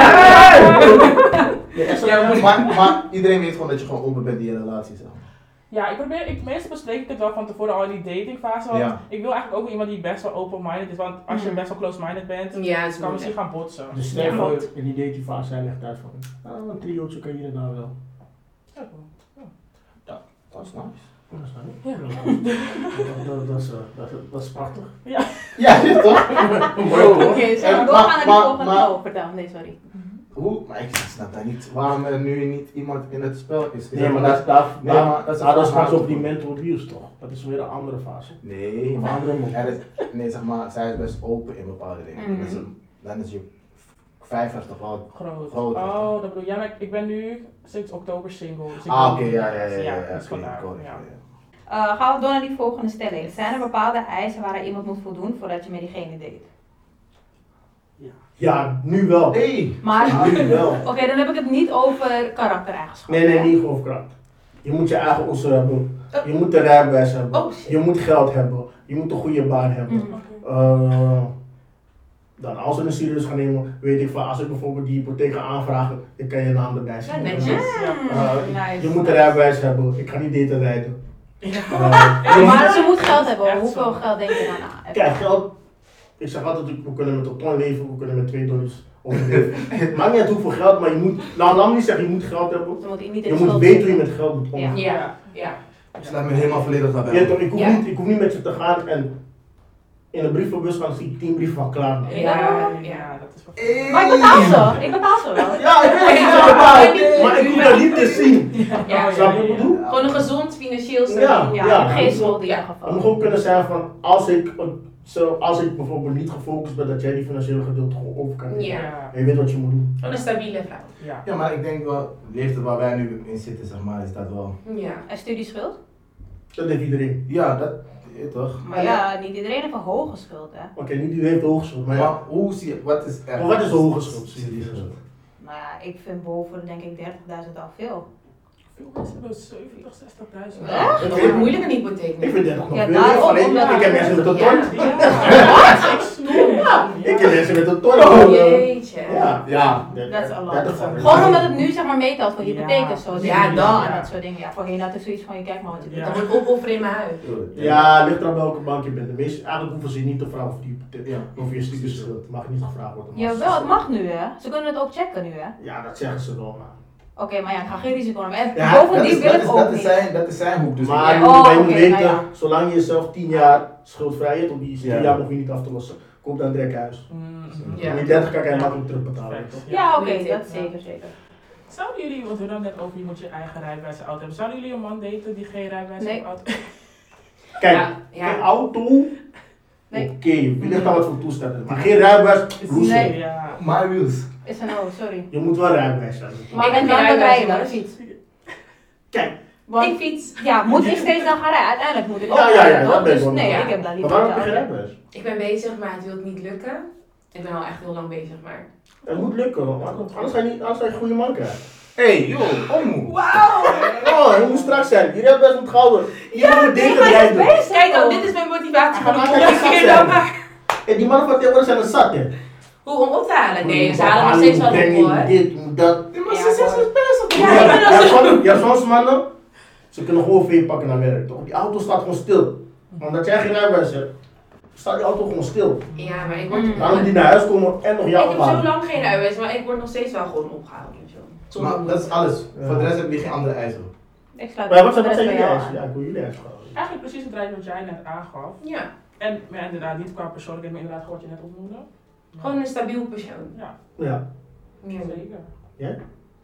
Maar iedereen weet gewoon dat je gewoon open bent in je relatie. Zeg. Ja, meestal bespreek ik het wel van tevoren al in die datingfase, want Ja. ik wil eigenlijk ook iemand die best wel open-minded is, want als je best wel close-minded bent, Ja, het is kan moeilijk. misschien gaan botsen. Dus stel je voor, in die datingfase hij legt uit van, een triootje kan je hier nou wel. Ja, Dat is nice. Dat is nice. Ja. Dat is prachtig. Ja, dit toch? Mooi hoor. Oké, zullen we En doorgaan naar die maar- volgende? maar- Oh, vertel. Nee, sorry. Hoe? Maar ik snap dat niet. Waarom er nu niet iemand in het spel is. Nee, maar dat is pas op die mental abuse toch? Dat is weer een andere fase. Nee, Een maar andere move. nee, zeg maar, zij is best open in bepaalde dingen. Mhm. Dus, dan is je vijver toch wel. groot. Groot, Oh, dat bedoel jij, maar ik ben nu sinds oktober single. Dus ik Ah, wil- oké, ja. dus vandaar, ja. Gaan we door naar die volgende stelling. Zijn er bepaalde eisen waar iemand moet voldoen voordat je met diegene date? Ja, nu wel. Hey! Maar, Nu wel. oké, dan heb ik het niet over karaktereigenschappen. Nee, hè? niet gewoon kracht. Je moet je eigen ossen hebben. Je moet een rijbewijs hebben. Oh, shit. Je moet geld hebben. Je moet een goede baan hebben. Mhm. Dan als we een serieus gaan nemen, weet ik van als ik bijvoorbeeld die hypotheek ga aanvragen, dan kan je naam erbij Ja, zetten. netjes. Nice. Je moet een rijbewijs hebben. Ik ga niet daten rijden. Ja. Maar ze moet geld hebben. Echt Hoeveel zo. geld denk je dan aan? Kijk, geld. Ik zeg altijd, we kunnen met een ton leven, we kunnen met $2 overleven. Maakt niet uit hoeveel geld, maar je moet, nou laat me niet zeggen, je moet geld hebben. Ze moet niet in Je de moet schuld weten hoe je zitten. met geld moet omgaan. Ja. Ik sluit me helemaal volledig daarbij. Ja, toch, ik hoef Ja. niet, ik hoef niet met je te gaan en in een brievenbus gaan zie ik 10 brieven van klaar. Ja, dat is wel. Maar ik betaal ze. Ik betaal ze wel. Ja, ik weet het wel, maar ik hoef dat niet te zien. Ja. Snap je wat ik bedoel? Gewoon een gezond financieel Ja. stabiel. Ja, Ja. geen schuld in Ja. ieder Het geval. moet gewoon kunnen zijn van, als ik bijvoorbeeld niet gefocust ben, dat jij die financiële gedeelte gewoon over kan nemen. Ja. En je weet wat je moet doen. Gewoon een stabiele vrouw. Ja. Ja, maar ik denk wel, de leeftijd waar wij nu in zitten, zeg maar, is dat wel. Ja. En studieschuld? Dat heeft iedereen. Ja, dat toch? Maar ja, niet iedereen heeft een hoge schuld, hè? Oké, niet iedereen heeft de hoge schuld, maar ja. Maar hoe zie je, wat is er? Maar wat is de hoge schuld? Studieschuld. Nou ja, ik vind boven denk ik 30.000 al veel. Veel mensen hebben 70, 60.000. Echt? Dat wordt moeilijk een hypotheek. Ik vind 30 nog Ja, veel. daarom, Alleen, omdat- ik heb mensen met een Ja. ton. Ik ken mensen met een ton. Oh jeetje. Ja, ja. Dat is al lang. 30 van. Gewoon omdat het nu zeg maar meetelt voor hypotheken zo. Ja, dingen. dan. En dat soort dingen. Ja, voorheen had ik zoiets van, je kijk maar wat je doet. Ja. Dat wordt opofferen in mijn huis. Ja, ligt eraan welke bank je bent. De meeste, eigenlijk hoeven ze niet te vragen of die hypotheek, Ja. over je studieschuld. Mag niet gevraagd worden. maar Jawel, het mag nu hè. Ze kunnen het ook checken nu hè. Ja, dat zeggen ze wel, maar. Oké, maar ja, ik ga geen risico nemen. En Ja, bovendien wil ik ook niet. Dat is zijn hoek. Dus Maar ik- je Oh, moet bij je oké, weten, nou ja. zolang je jezelf 10 jaar schuldvrij hebt, op die 10 Ja. jaar hoef je niet af te lossen, koop dan direct huis. Ja. Met 30 kan je makkelijk terugbetalen. Facts. toch? Ja, oké, Weet ik, dat ja. zeker, zeker. Zouden jullie, want we hadden net over je moet je eigen rijbewijs en auto hebben. Zouden jullie een man daten die geen rijbewijs Nee. of auto Kijk, Ja. een auto, Nee. oké, wie ligt daar wat voor toestanden. Maar geen rijbewijs, loser. Nee. Ja. My wheels. Is een no, sorry. Je moet wel rijbewijs hebben. Maar Ik heb en geen dan rijbewijs, rijden naar de jongens. fiets. Kijk, Want, Ik fiets. ja, moet ik steeds dan gaan rijden? Uiteindelijk moet ik ook ja, rijden, dat toch? ben ik Dus wel. nee, Ja. ik heb daar maar liever waarom een heb je geen auto. rijbewijs? Ik ben bezig, maar het wil niet lukken. Ik ben al echt heel lang bezig, maar... Het moet lukken, want anders ga je een goede man krijgen. Hey, joh, omhoe. Oh, je moet straks zijn. Die rijbewijs moet gouden. Je moet dingen rijden. Kijk dan, dit is mijn motivatie voor de Maar volgende kijk, keer dat dan zijn. maar. En die mannen van tegenwoordig zijn een zat, hè. Hoe om op te halen? Nee, ze halen nog steeds wel op hoor. Dit, moet dat. Ja, maar Ja, ze zeggen hoor. best op. Ja, ik ben Je hebt soms mannen, ze kunnen gewoon vee pakken naar werk, toch? Die auto staat gewoon stil. Omdat jij geen rijbewijs hebt, staat die auto gewoon stil. Ja, maar ik word... Waarom die naar huis komen en nog Ik jou heb zo ophalen? lang geen rijbewijs, maar ik word nog steeds wel gewoon opgehaald en zo. Zonder Maar dat is alles. Voor de rest heb je geen andere eisen. Ik sluit Maar wat de zijn rest bij jullie jou eisen? aan. Ja, ik wil jullie eisen houden. Eigenlijk precies het rijden wat jij net aangaf. Ja, En maar inderdaad, niet qua persoonlijkheid, maar inderdaad wat je net opnoemde. gewoon een stabiel persoon. Ja, Ja. Meer niet. zeker. Jij?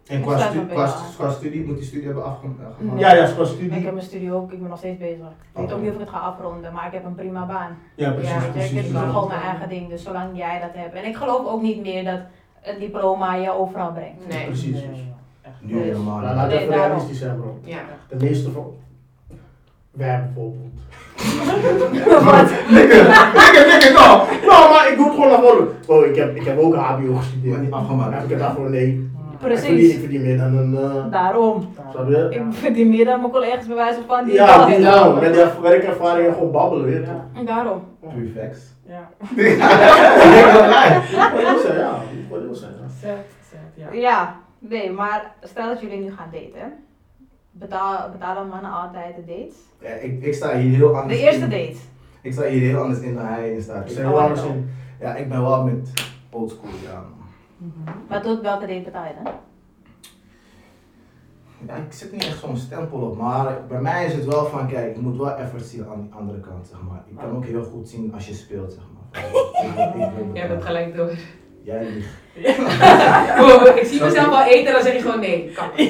En Ik sluit me bij jou aan. qua studie, moet die studie hebben afgemaakt? Ja, ja, zoals Ik studie. heb mijn studie ook, ik ben nog steeds bezig. Ik weet ook niet of ik het ga afronden, maar ik heb een prima baan. Ja, precies. Ja, Weet je, ik precies. doe gewoon mijn eigen ding, dus zolang jij dat hebt. En ik geloof ook niet meer dat een diploma je overal brengt. Nee. Precies. Nu helemaal Maar niet. laat Nee, even daarom. realistisch zijn, bro. Ja. De meeste van... Wij bijvoorbeeld. Wat? Lekker, nou, maar ik doe het gewoon naar voren. Oh, ik heb ook HBO Maar gestudeerd. niet afgemaakt. Heb ik het daarvoor? Nee. Precies. Ik verdien meer dan een... Daarom. Snap je? Ik verdien meer dan mijn collega's bij wijze van die. Ja, die nou, met die werkervaring en gewoon babbelen, weet je. En daarom. True facts. Ja. Moet wel heel zijn, ja. Moet wel heel zijn, ja. Zet, ja. Ja, nee, maar stel dat jullie nu gaan daten. Betalen mannen altijd de dates? Ja, ik sta hier heel anders De eerste in. date. Ik sta hier heel anders in dan hij in staat. Ik zeg wel anders in. Ja, ik ben wel met oldschool, ja. Maar tot welke date betaal je dan? Ja, ik zet niet echt zo'n stempel op, maar bij mij is het wel van, kijk, ik moet wel effort zien aan die andere kant, zeg maar. Ik kan ook heel goed zien als je speelt, zeg maar. Jij bent gelijk door. Jij niet. Ik zie mezelf wel eten en dan zeg je gewoon nee. Kan niet.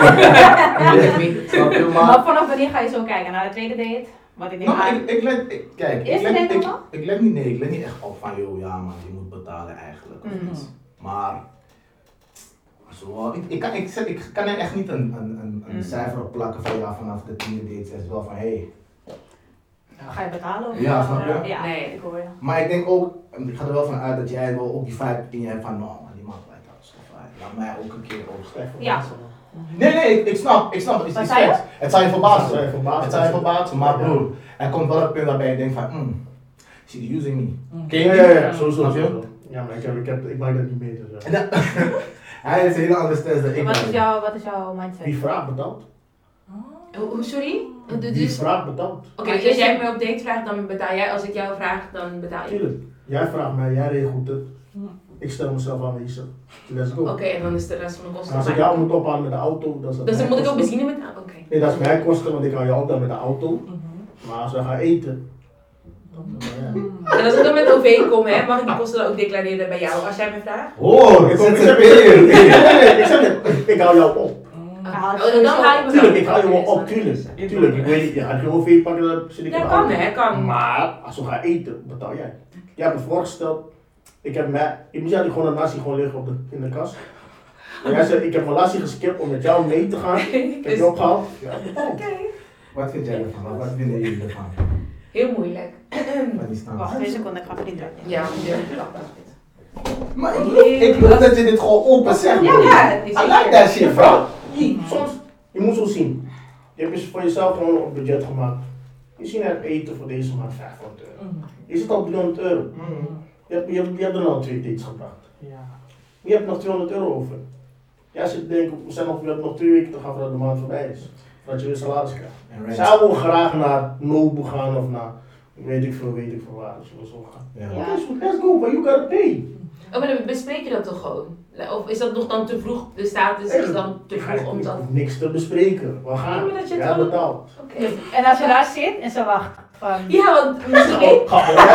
Snap je? Maar vanaf wanneer ga je zo kijken? Naar de tweede date? Wat ik denk Nou, aan. kijk, Eerste date nog wel? ik let niet, nee, ik let niet echt op van, joh, ja man, je moet betalen eigenlijk, of Mhm. iets. Maar, zo, ik kan er echt niet een cijfer op plakken van, ja, vanaf de 10e date is het wel van, hé. Ga je betalen? Of Ja, snap je? Ja, Nee. ik hoor je. Maar ik denk ook, ik ga er wel van uit dat jij wel ook die vibe in je hebt van, nou, maar die man blijft alles. Laat mij ook een keer oogsten. Ja. Nee, ik snap, het is Wat iets zei je? geks. Het zou je verbazen. Het zou je verbazen. Het zou je verbazen, maar Ja. broer, er komt wel een punt waarbij je denkt van, she's using me. Ken je Ja, die? ja, ja, sowieso. Snap je? Ja, maar ik maak dat niet mee, dus En dan- Hij heeft een hele andere stijl dan ik. Wat is ben. jouw mindset? Wie vraagt betaalt? Hoe, sorry? Wie Dus, vraagt betaalt? Oké, dus als jij me op date vraagt, dan betaal jij. Als ik jou vraag, dan betaal je. Tuurlijk. Jij vraagt mij, jij regelt het. Ik stel mezelf aanwezig. Let's go. Oké, en dan is de rest van de kosten. En als ik mijn- jou moet ophalen met de auto, dan is dat Dus dan mijn moet ik ook kosten. benzine betalen? Oké. Nee, dat is mijn kosten, want ik hou je altijd met de auto. Maar als we gaan eten, dan ja. En als ik dan met OV kom, hè, mag ik die kosten dan ook declareren bij jou als jij me vraagt? Oh, Ik dat is zeg een het, period. ik zeg het, ik hou jou op. Oh, dan haal je me Tuurlijk, wel. ik hou je wel Oké, op, dat is tuurlijk. wel Tuurlijk, ik weet niet, je gaat je OV pakken, dan zit ik in Ja, de kan auto. hè, kan. Maar als we gaan eten, betaal jij. Jij hebt het voorgesteld, ik had gewoon een nasi gewoon liggen in de kast. En jij zei, ik heb mijn lassie geskipt om met jou mee te gaan. Ik heb je opgehaald. Ja, betaald. Oké. Wat vind jij ervan? Wat vinden jullie ervan? Heel moeilijk. Van die stand? Wacht 2 seconden, ik ga friet trekken. Ja, Maar ik love dat je dit gewoon open zegt. Ja, bro. ja, het is I like that shit, bro. Soms, je moet zo zien. Je hebt voor jezelf gewoon een budget gemaakt. Je ziet het eten voor deze maand 500 euro. Is het al 300 euro? Je hebt er al 2 dates gebracht. Ja. Je hebt nog 200 euro over. Jij zit te denken, we hebben nog 2 weken te gaan voordat de maand voorbij is. Voordat je weer salaris krijgt. Zij wil graag naar Nobu gaan of naar weet ik veel waar. Dus we zo gaan. Ja. Ja. Oké, so let's go, but you gotta pay. Oh, maar dan bespreek je dat toch gewoon? Of is dat nog dan te vroeg? De status is dan te vroeg om Ik dat... hoef niks te bespreken. We gaan. Ja, maar dat je het Jij gewoon- betaalt. Oké. En als je daar zit en ze wacht van... Ja, want misschien weet...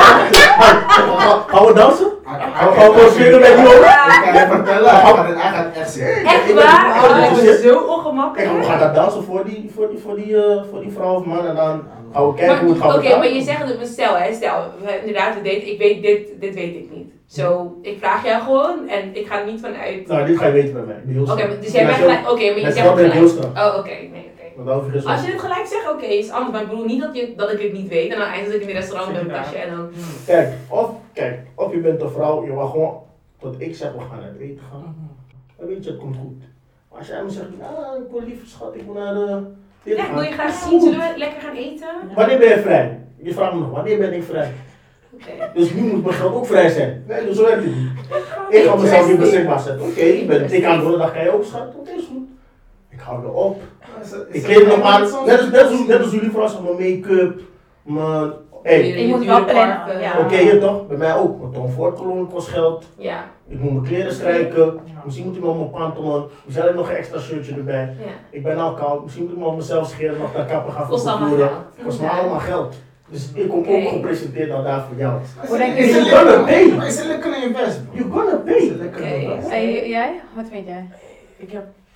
Gaan we dansen? Gaan we gewoon swingen met die jongen? Ik kan je vertellen, hij gaat echt zeggen. Echt waar? Oh, dat is zo Kijk, ongemakkelijk. we gaan daar dansen voor die vrouw of man en dan gaan we kijken hoe het gaat. Oké, maar je zegt het, stel, inderdaad, we daten, ik weet dit weet ik niet. Zo, ik vraag jou gewoon en ik ga er niet vanuit. Nou, dit ga je weten bij mij. Ik ben heel Oké, streng. maar dus jij bent gelijk, oké, maar je Met zegt het geld ben ik heel gelijk. streng. Oh, oké, nee, oké. Want daar hoef je geen Als je zorgen. het gelijk zegt, oké, is anders. Maar ik bedoel niet dat ik het niet weet en dan eindig ik in een restaurant met een tasje en dan... Kijk, of je bent een vrouw, je mag gewoon, tot ik zeg, we gaan uit eten gaan. Dan weet je, het komt goed. Maar als jij me zegt, ik wil lieve schat, ik moet naar de... dit Ja, gaan. wil je graag zien? Zullen we lekker gaan eten? Wanneer ben je vrij? Je vraagt me nog, wanneer ben ik vrij? Oké. Dus nu moet mijn geld ook vrij zijn. Nee, dus zo werkt het niet. Ik ga mezelf weer beschikbaar zetten. Oké, ik aan de dag kan je ook schat. Oké, is goed. Ik hou erop. Ik kleed nog aan. Net als jullie vrouwen, zeg maar make-up. Mijn... Hey, Je moet wel plannen, ja. oké, je toch? Bij mij ook. Mijn Tom Ford cologne kost geld. Ja, Ik moet mijn kleren strijken. Misschien moet ik nog mijn pantalon. Misschien heb ik nog een extra shirtje erbij. ja. Ik ben al koud. Misschien moet ik nog mezelf scheren, nog naar kapper gaan Kost allemaal vervoeren. geld. Kost me allemaal geld. Dus ik kom Oké. ook gepresenteerd dan daar voor jou. Hoe denk Is je? het lekker? Is het lekker invest? You gonna pay. Oké. Hey, jij? Wat vind jij? Ik heb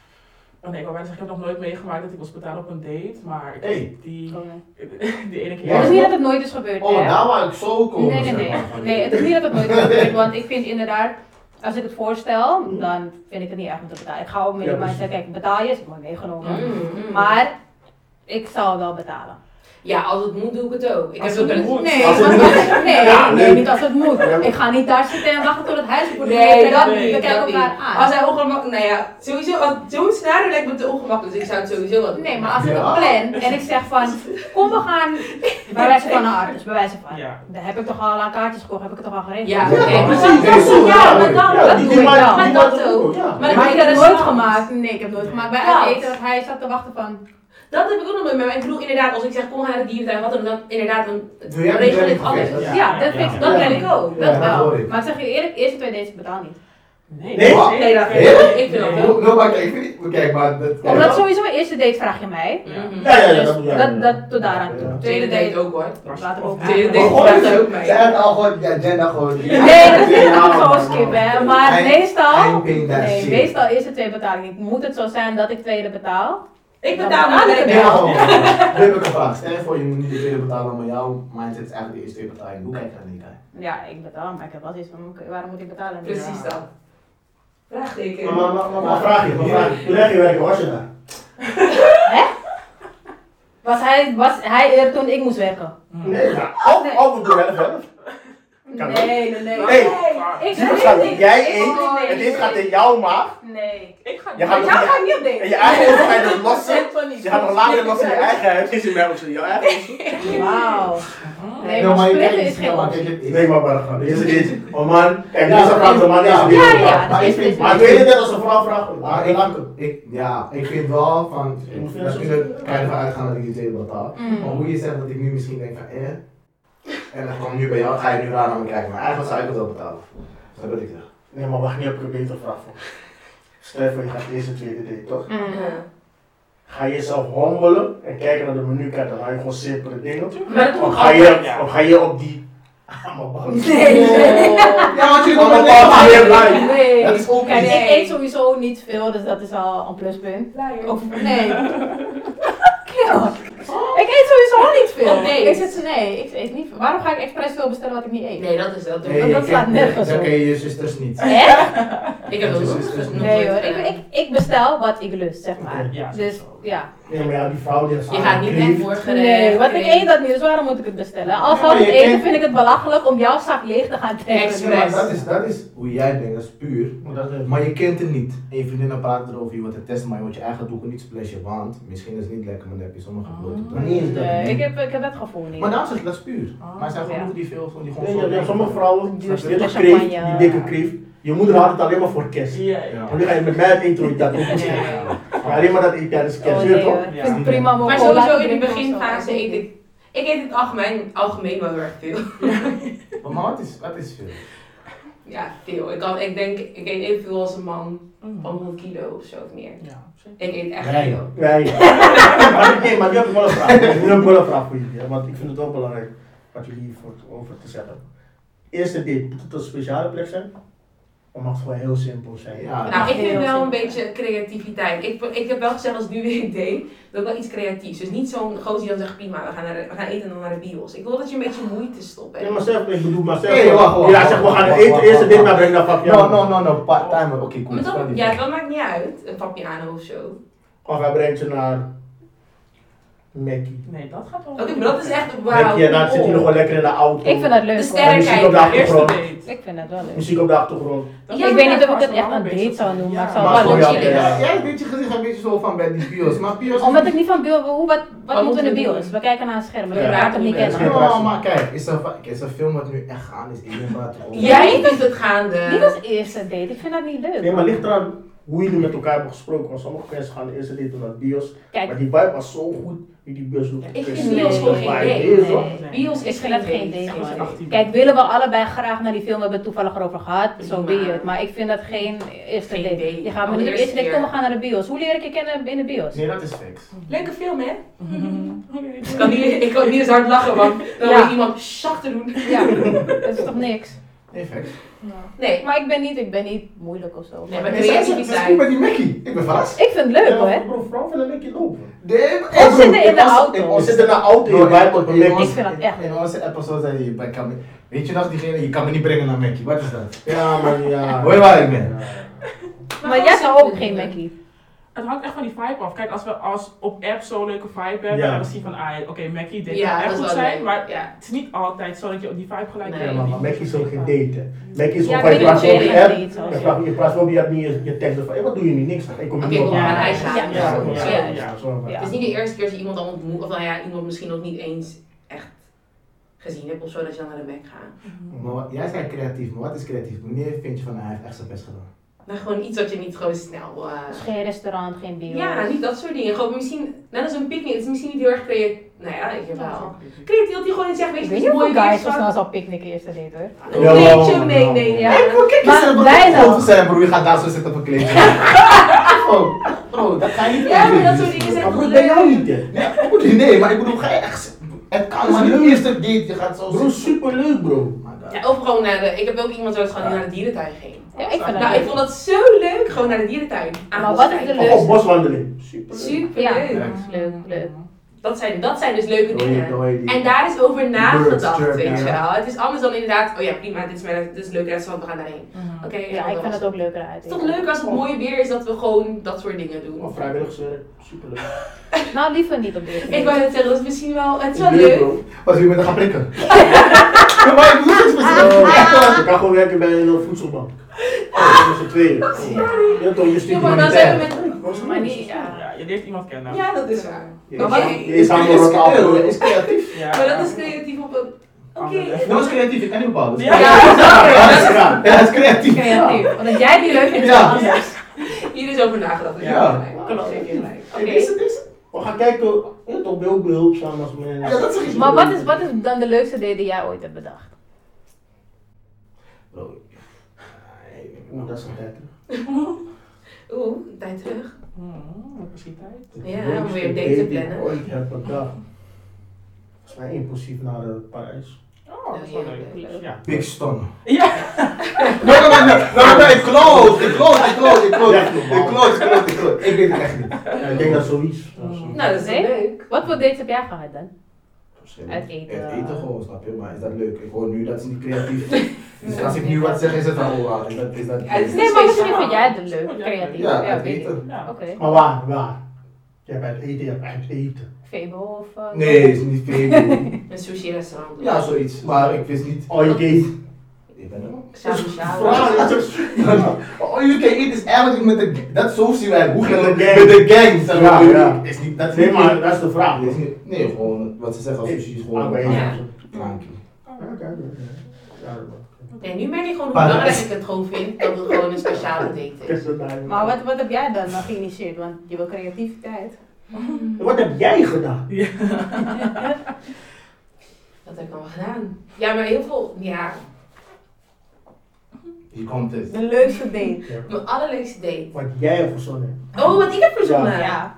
Oh nee, ik wou bijna zeggen, ik heb nog nooit meegemaakt dat ik was betalen op een date, maar ik Hey. die ene keer. Ja. Het is niet dat het nooit is gebeurd, Oh, hè? daar wou ik zo komen. Nee, zeg maar, van- nee, het is niet dat het nooit is gebeurd, want ik vind inderdaad, als ik het voorstel, dan vind ik het niet erg om te betalen. Ik ga ook met die Ja, mindset, kijk, betaal je, is mooi meegenomen. Mm. Maar ik zal wel betalen. Ja, als het moet, doe ik het ook. Ik Als heb ook het wel eens... moet. Nee, Als het want- moet. nee, Ja, nee, nee. niet als het moet. Ja. Ik ga niet daar zitten en wachten tot het huis wordt. Nee, dat nee, niet. We kijken dat elkaar niet. aan. Als hij ongemakkelijk... Nou ja, sowieso, zo'n scenario lijkt me te ongemakkelijk, dus ik zou het sowieso wel doen. Nee, maar als ik Ja. het plan en ik zeg van, kom we gaan bij wijze van een artist, bij wijze van. Ja. Dan heb ik toch al aan kaartjes gekocht, heb ik het toch al geregeld. Ja, Ja, oké, maar precies, dat is zo, ja, ja, maar dan, ja, dat die doe ik maakt- wel. die Maar maakt dat het ook. ook, ja. Maar Maar ik heb het nooit gemaakt. Nee, ik heb het nooit gemaakt. Bij Ja. het eten dat hij zat te wachten van. Dat heb ik ook nog nooit, maar ik bedoel inderdaad, als ik zeg kom we naar de dierentuin, wat dan inderdaad, dan Doe jij regel die ik alles. planning Ja, gefixt? dat vind ik- Dat Ja. ben ik ook. Ja, Dat dat wel. hoor ik. Maar ik zeg je eerlijk, de eerste 2 dates ik betaal niet. Nee, Nee? Nee, dat vind Heerlijk. ik. Ik vind dat Nee. wel. No, maar kijk, ik vind niet... Kijk, maar... Dat, Omdat sowieso een eerste date vraag je mij. Mhm. Ja, ja, ja, Dus dat moet jij. dat tot daaraan toe. Ja. Tweede date ook hoor. Laten we ook. Tweede Maar date gewoon, vraagt ook mee. zij had al gewoon, ja, Jen had gewoon... Nee, dat is niet Ja, gewoon man, skippen, hè. man. Maar I- meestal. I'm paying that Nee, shit. meestal is het 2 betalingen. Moet het zo zijn dat ik tweede betaal? Ik betaal maar Ja, ik Ja, betaal. gewoon. Nu heb ik een vraag. Stel je voor, je moet niet de tweede betalen, maar jouw mindset is eigenlijk de eerste twee betalingen. Hoe kijk je daar niet naar? Ja, ik betaal, maar ik heb wel zoiets van, oké, waarom moet ik betalen? Precies dat. Vraagteken. Maar vraag je, hoe leg je werken was je daar? Was hij er toen ik moest werken? Nee, ja. Of we doen helft. Kan ook. Nee. Hey, Ik Super schat, jij eet en dit gaat in jouw maag. Nee. Ik ga Je gaat Jou ga ik niet op date. en je eigen eten ga je dan lossen. niet. Je gaat nog later lossen in je eigen huis. Is in mij ook zo, jouw eigen huis. Wauw. Nee, Ja, maar je splitten kijkt is niet geen snel, maar optie. kijk, het- Nee, maar waar Deze is, oh man, kijk, Ja, deze vraagt de man, deze ja, is Ja, weer. ja, Maar dat is ik weet het net als een vrouw vraagt. Maar ik vind wel van, natuurlijk kan je ervan uitgaan dat ik die tweede betaal. Mm. Maar hoe je zegt dat ik nu misschien denk van, en dan kom ik nu bij jou, ga je nu raar naar me kijken. Maar eigenlijk zou ik het wel betalen. Dat is wat ik zeg. Nee, maar wacht, nu heb ik een betere vraag voor. Stel je voor je gaat eerst een tweede date, toch? Mm. Ga je jezelf hombelen en kijken naar de menukaart, dan ga je gewoon simpele dingen. Maar dat doe ik Of ga altijd. je, of ga je op die... Nee. Ja, want jullie Oh, komen maar met je licht. blij. Nee. Dat is ook Kijk, niet. ik eet sowieso niet veel, dus dat is al een pluspunt. Of, nee. Kill. Ik eet sowieso niet veel. Nee. Ik eet niet veel. Waarom ga ik expres veel bestellen wat ik niet eet? Nee, dat is dat. Nee, dat je slaat kent- nergens dan op. ken je je zusters niet. Echt? Ik heb dat Dus ook is het nog Nee nooit hoor, gedaan. ik bestel wat ik lust, zeg maar. Ja, Dus ja. Nee, maar ja, die vrouw die Je gaat niet net voorgerecht. Nee, want ik eet dat niet, dus waarom moet ik het bestellen? Als Ja, ik het je eten, kent- vind ik het belachelijk om jouw zak leeg te gaan trekken. Expres. Ja, maar dat is hoe jij denkt, dat is puur. Maar je kent het niet. En je vriendinnen praten erover, je wordt het testen, maar je moet je eigen doeken niet splashen. Want misschien is het niet lekker, maar dan heb je sommige blote Maar niet eens dat. Nee, ik heb dat gevoel niet. Maar daarom zeg ik, dat is puur. Maar zij Ja. genoeg die veel van die gewoon Nee, zo. je hebt sommige vrouwen, Duurste die hebben champagne. kreeft, die dikke kreeft. Je moeder had het alleen maar voor kerst. Ja, En nu ga je met mij het intro dat ook niet zeggen. Maar alleen maar dat ik tijdens kerst, Oh weet nee je toch? hoor, ik Ja. vind het prima om Maar cola te sowieso in de drinken of beginfase zo. eet ik. Ik eet in het algemeen wel heel erg veel. Maar wat is veel? Ja, veel. Ik denk, ik eet evenveel als een man van 100 kilo of zo of meer. Ja, zeker. Ik eet echt Nee. veel. Nee. Maar nu heb ik wel een vraag. Nu heb ik wel een vraag voor jullie, hè, want ik vind het wel belangrijk wat jullie hiervoor over te zeggen. Eerste date, moet het een speciale plek zijn? Of mag het gewoon heel simpel zijn? Ja, Nou, ik vind Heel wel een simpel. beetje creativiteit. Ik heb wel gezegd als ik nu weer een date, doe ik wel iets creatiefs. Dus niet zo'n gozer die dan zegt, prima, we gaan eten en dan naar de bios. Ik wil dat je een beetje moeite stopt. Nee, maar zelf, ik bedoel, maar zelf. Nee, wacht. Ja, zeg, we gaan Wacht, eten, wacht, eerste wacht, date, wacht. maar breng dan fuck No, part-timer. Oké, cool. Maar spel dan, die ja, voor. dat maakt niet uit. Een papje aan of zo. Of hij brengt je naar Mackie. Nee, dat gaat wel. Oké, maar dat is echt Mackie wauw. en dan zit hij nog wel lekker in de auto. Ik vind dat leuk. De hoor. sterren muziek op de kijken. Eerste achtergrond. date. Ik vind dat wel leuk. Muziek op de achtergrond. Dat Ja, Ik is weet niet of maar ik het echt wel een beetje date zou noemen, maar ik ja. zou Maar wel voor leuk jou, vinden. ja. Jij weet je gezicht een beetje zo van bij die bios. Maar bios. Omdat ik niet van bios, wat Wat moeten we in de moeten we bios? doen? We kijken naar een scherm, we Ja. raken het niet Ja. kennen. Ja, maar kijk, is er film wat nu echt gaan is? Alien Buiten. Jij vindt het gaande. Niet als eerste date, ik vind dat niet leuk. Nee, maar ligt eraan hoe jullie met elkaar hebben gesproken. Want sommige mensen gaan de eerste date doen naar de bios. Kijk, Maar die vibe was zo goed, die bios doet. Ik vind Nee, bios gewoon nee, geen nee. date. Nee. Bios ik is vind dat geen date. date, Als je man. 18 Kijk, willen we allebei graag naar die film, we hebben het toevallig erover gehad, zo Prima. be het. Maar ik vind dat geen eerste Geen date. date. Je gaat me Oh, niet de op eerste date, eerste kom we gaan naar de bios. Hoe leer ik je kennen in de bios? Nee, dat is fix. Leuke film, hè? Oké. Ik kan niet eens hard lachen, want dan Ja. moet iemand zacht te doen. Ja, dat is toch niks? Effect. Nee. Maar ik ben niet moeilijk of zo. Nee, maar Het is goed met die Mackie. Ik ben verrast. Ik vind het leuk hoor. Bro, vrouw vinden een beetje lopen. We zitten in de auto. We zitten in de auto, je bijt op een Ik Mackie. vind dat echt In onze episode zei je, weet je nog diegene, je kan me niet brengen naar Mackie. Wat is dat? Ja, maar ja. Hoor je waar ik ben? Maar jij zou ook geen Mackie. Het hangt echt van die vibe af. Kijk, als we op app zo'n leuke vibe hebben, en we zien van, oké, Mackie, dit Ja, kan dat echt is goed wel zijn, leuk. maar Ja. het is niet altijd zo dat je op die vibe gelijk Nee. hebt. Ja, maar Mackie is ook geen daten. Mackie is Ja, gewoon ik van je weet praat niet, op je app. niet zo. Je praat op je app niet je tekst van, wat doe je nu? Niks. Ik kom Oké, niet kom op maar Ja. een ijs Ja. halen. Ja, Zo. ja, Ja. ja, zo. Ja. Het is niet de eerste keer dat je iemand al ontmoet, of nou ja, iemand misschien nog niet eens echt gezien hebt of zo, dat je dan naar de Mac gaat. Maar jij zei creatief, maar wat is creatief? Wanneer vind je van, hij heeft echt zijn best gedaan? Nou, gewoon iets wat je niet gewoon snel... Dus geen restaurant, geen bios. Ja, niet dat soort dingen. Gewoon misschien, net als een picknick, het is misschien niet heel erg creatief. Nou ja, ik heb wel. Creatief dat hij gewoon zegt, weet Ik je, weet het niet is of mooi een guy weer, zo schat. snel zal picknicken eerste date hoor. Een Ja, kleedje wel, meenemen. ja. Kijk Maar eens, bijna. groot zijn broer, je gaat daar zo zitten op een kleedje. Oh, bro, dat ga je niet Ja, doen. maar dat soort dingen zijn Maar toch broer, ben jou leuk. niet, hè? Nee, maar ik bedoel, ga je echt... Het kan, maar niet de eerste date, je gaat zo Bro, superleuk, bro. Oh my God. Ja, of gewoon naar de... Ik heb ook iemand zoals gewoon die naar de dierentuin ging. Ja, ik vind dat Nou, ik leuk. vond dat zo leuk, gewoon naar de dierentuin. Maar wat is de Of leukste? op boswandeling. Superleuk. Super Ja. leuk. Leuk. Dat zijn dus leuke dingen. Dan hoor je die- En daar is over nagedacht, chirping, weet je ja. wel. Het is anders dan inderdaad, oh ja prima, dit is een leuk restaurant, we gaan daarheen. Oké, Ja, ik vind het ook leuker uit. Het is toch leuk als het mooie weer is dat we gewoon dat soort dingen doen. Of vrijwilligerswerk. Superleuk. Nou, liever niet op deze Ik manier. wou net zeggen, dat is misschien wel, het is wel leuk. bro. Wat je met gaan prikken? Maar ik bedoel het Je kan gewoon werken bij een voedselbank. Met z'n tweeën. Je hebt toch je Ja, studie maar dan humanitair. zijn we met... Maar niet, ja. Ja, je leert iemand kennen. Ja, dat is waar. Ja, Maar je wat- is creatief. Ja. Maar dat is creatief op een... Oké. Dat is creatief, ik kan niet bepalen. Ja. Ja, dat is creatief. Creatief. Want als jij die leuk vindt, is Ja. het anders. Hier is over nagedacht. Ja. Klopt, zeker gelijk. Oké. Deze? We gaan kijken, je hebt toch heel behulpzaam als men. Ja, dat zeg ik. Maar wat is dan de leukste date die jij ooit hebt bedacht? Bro. Oeh, dat is een tijd. Oeh, een tijd terug. Misschien tijd. Ja, om weer een date te plannen. Ooit heb bedacht. Volgens mij impulsief naar Parijs. Oh, dat is wel leuk. Leuk. Ja. Big Stone. Ja. Nee, ik kloot. Ik weet het echt niet. Ja, ik denk dat zoiets. Nou, dat is Nee? leuk. Wat voor dates heb jij gehad dan? Uit eten. Uit eten gewoon, snap je? Maar is dat leuk? Ik hoor nu dat ze niet creatief. Dus als ik nu wat zeg, is het al wow. Is dat Ja, het is Nee, maar speciaal. misschien vind jij het leuk, creatief. Ja, uit weet ik. eten. Ja. Oké. Maar waar? Je hebt uit eten, je hebt uit eten. Febo of... Nee, is niet veel. Een sushi restaurant. Ja, zoiets. Maar ik wist niet. Oh, je eet. Ik ben er ook. Shabu shabu. Oh, you can eat is eigenlijk met de. Dat zo zien wij. Hoe ging het Met de met de gang? Zeg maar. Ja. Is niet, dat is Nee, niet. maar dat is de vraag. Dat is niet- Nee, gewoon wat ze zeggen als sushi is gewoon. Ah, Ja. Drankje. Nee, nu merk ik gewoon hoe Maar- belangrijk ik het gewoon vind dat het gewoon een speciale date is. Maar wat heb jij dan geïnitieerd? Want je wil creativiteit. Wat heb jij gedaan? Wat heb ik allemaal gedaan? Ja, maar heel veel, ja, Hier komt het. De leukste date. mijn allerleukste date. Wat jij hebt verzonnen. Oh, wat ik heb verzonnen? Ja.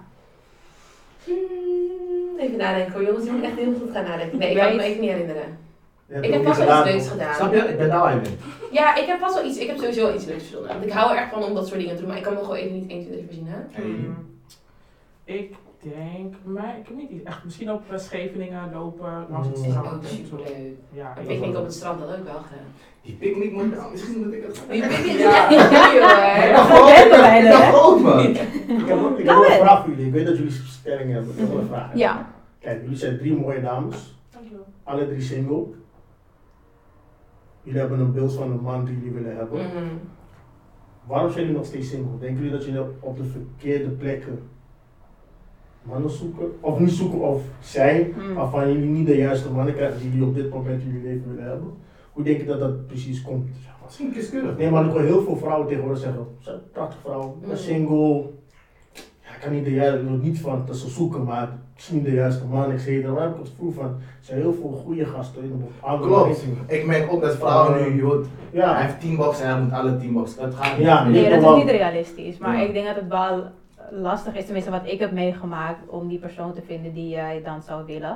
Even nadenken hoor, jongens, je moet echt heel goed gaan nadenken. Nee, ik kan het me even niet herinneren. Ik heb pas vast wel iets leuks gedaan. Snap je? Ik ben daar waar je bent. Ja, ik heb vast wel iets, ik heb sowieso wel iets leuks verzonnen. Want ik hou er echt van om dat soort dingen te doen, maar ik kan me gewoon even niet 1, 2, 3 verzinnen. Ik denk, maar ik heb niet iets. Echt, misschien op Scheveningen lopen, langs het Dat is strand. ook superleuk. Ja, Een picknick op het strand, dat heb ik wel gedaan. Die picknick moet misschien moet ik het gaan. Die picknick is Ja. echt niet veel hoor. Ja, groot, bijna, ja, hè? groot man. Ik heb wel een vraag voor jullie. Ik weet dat jullie stellingen hebben. Ik heb wel een vraag. Ja. Kijk, jullie zijn 3 mooie dames. Dankjewel. Alle 3 single. Jullie hebben een beeld van een man die jullie willen hebben. Mhm. Waarom zijn jullie nog steeds single? Denken jullie dat jullie op de verkeerde plekken mannen zoeken? Of niet zoeken of zijn, waarvan jullie niet de juiste mannen krijgen die jullie op dit moment in jullie leven willen hebben? Hoe denk je dat dat precies komt? Misschien kieskeurig. Nee, maar ik hoor heel veel vrouwen tegenwoordig zeggen, ze zijn een prachtige vrouw, ik ben single. Ja, ik kan niet de juiste, niet van dat ze zoeken, maar het is niet de juiste man, ik zeg, daar heb ik het gevoel van, er zijn heel veel goede gasten in de andere Klopt. richting. Ik merk ook dat vrouwen nu, joh, hij Ja, heeft 10 boxen en hij moet alle 10 boxen. Dat gaat niet. Ja, Nee, dat wel. is niet realistisch. Maar Ja. ik denk dat het wel lastig is, tenminste wat ik heb meegemaakt, om die persoon te vinden die jij dan zou willen.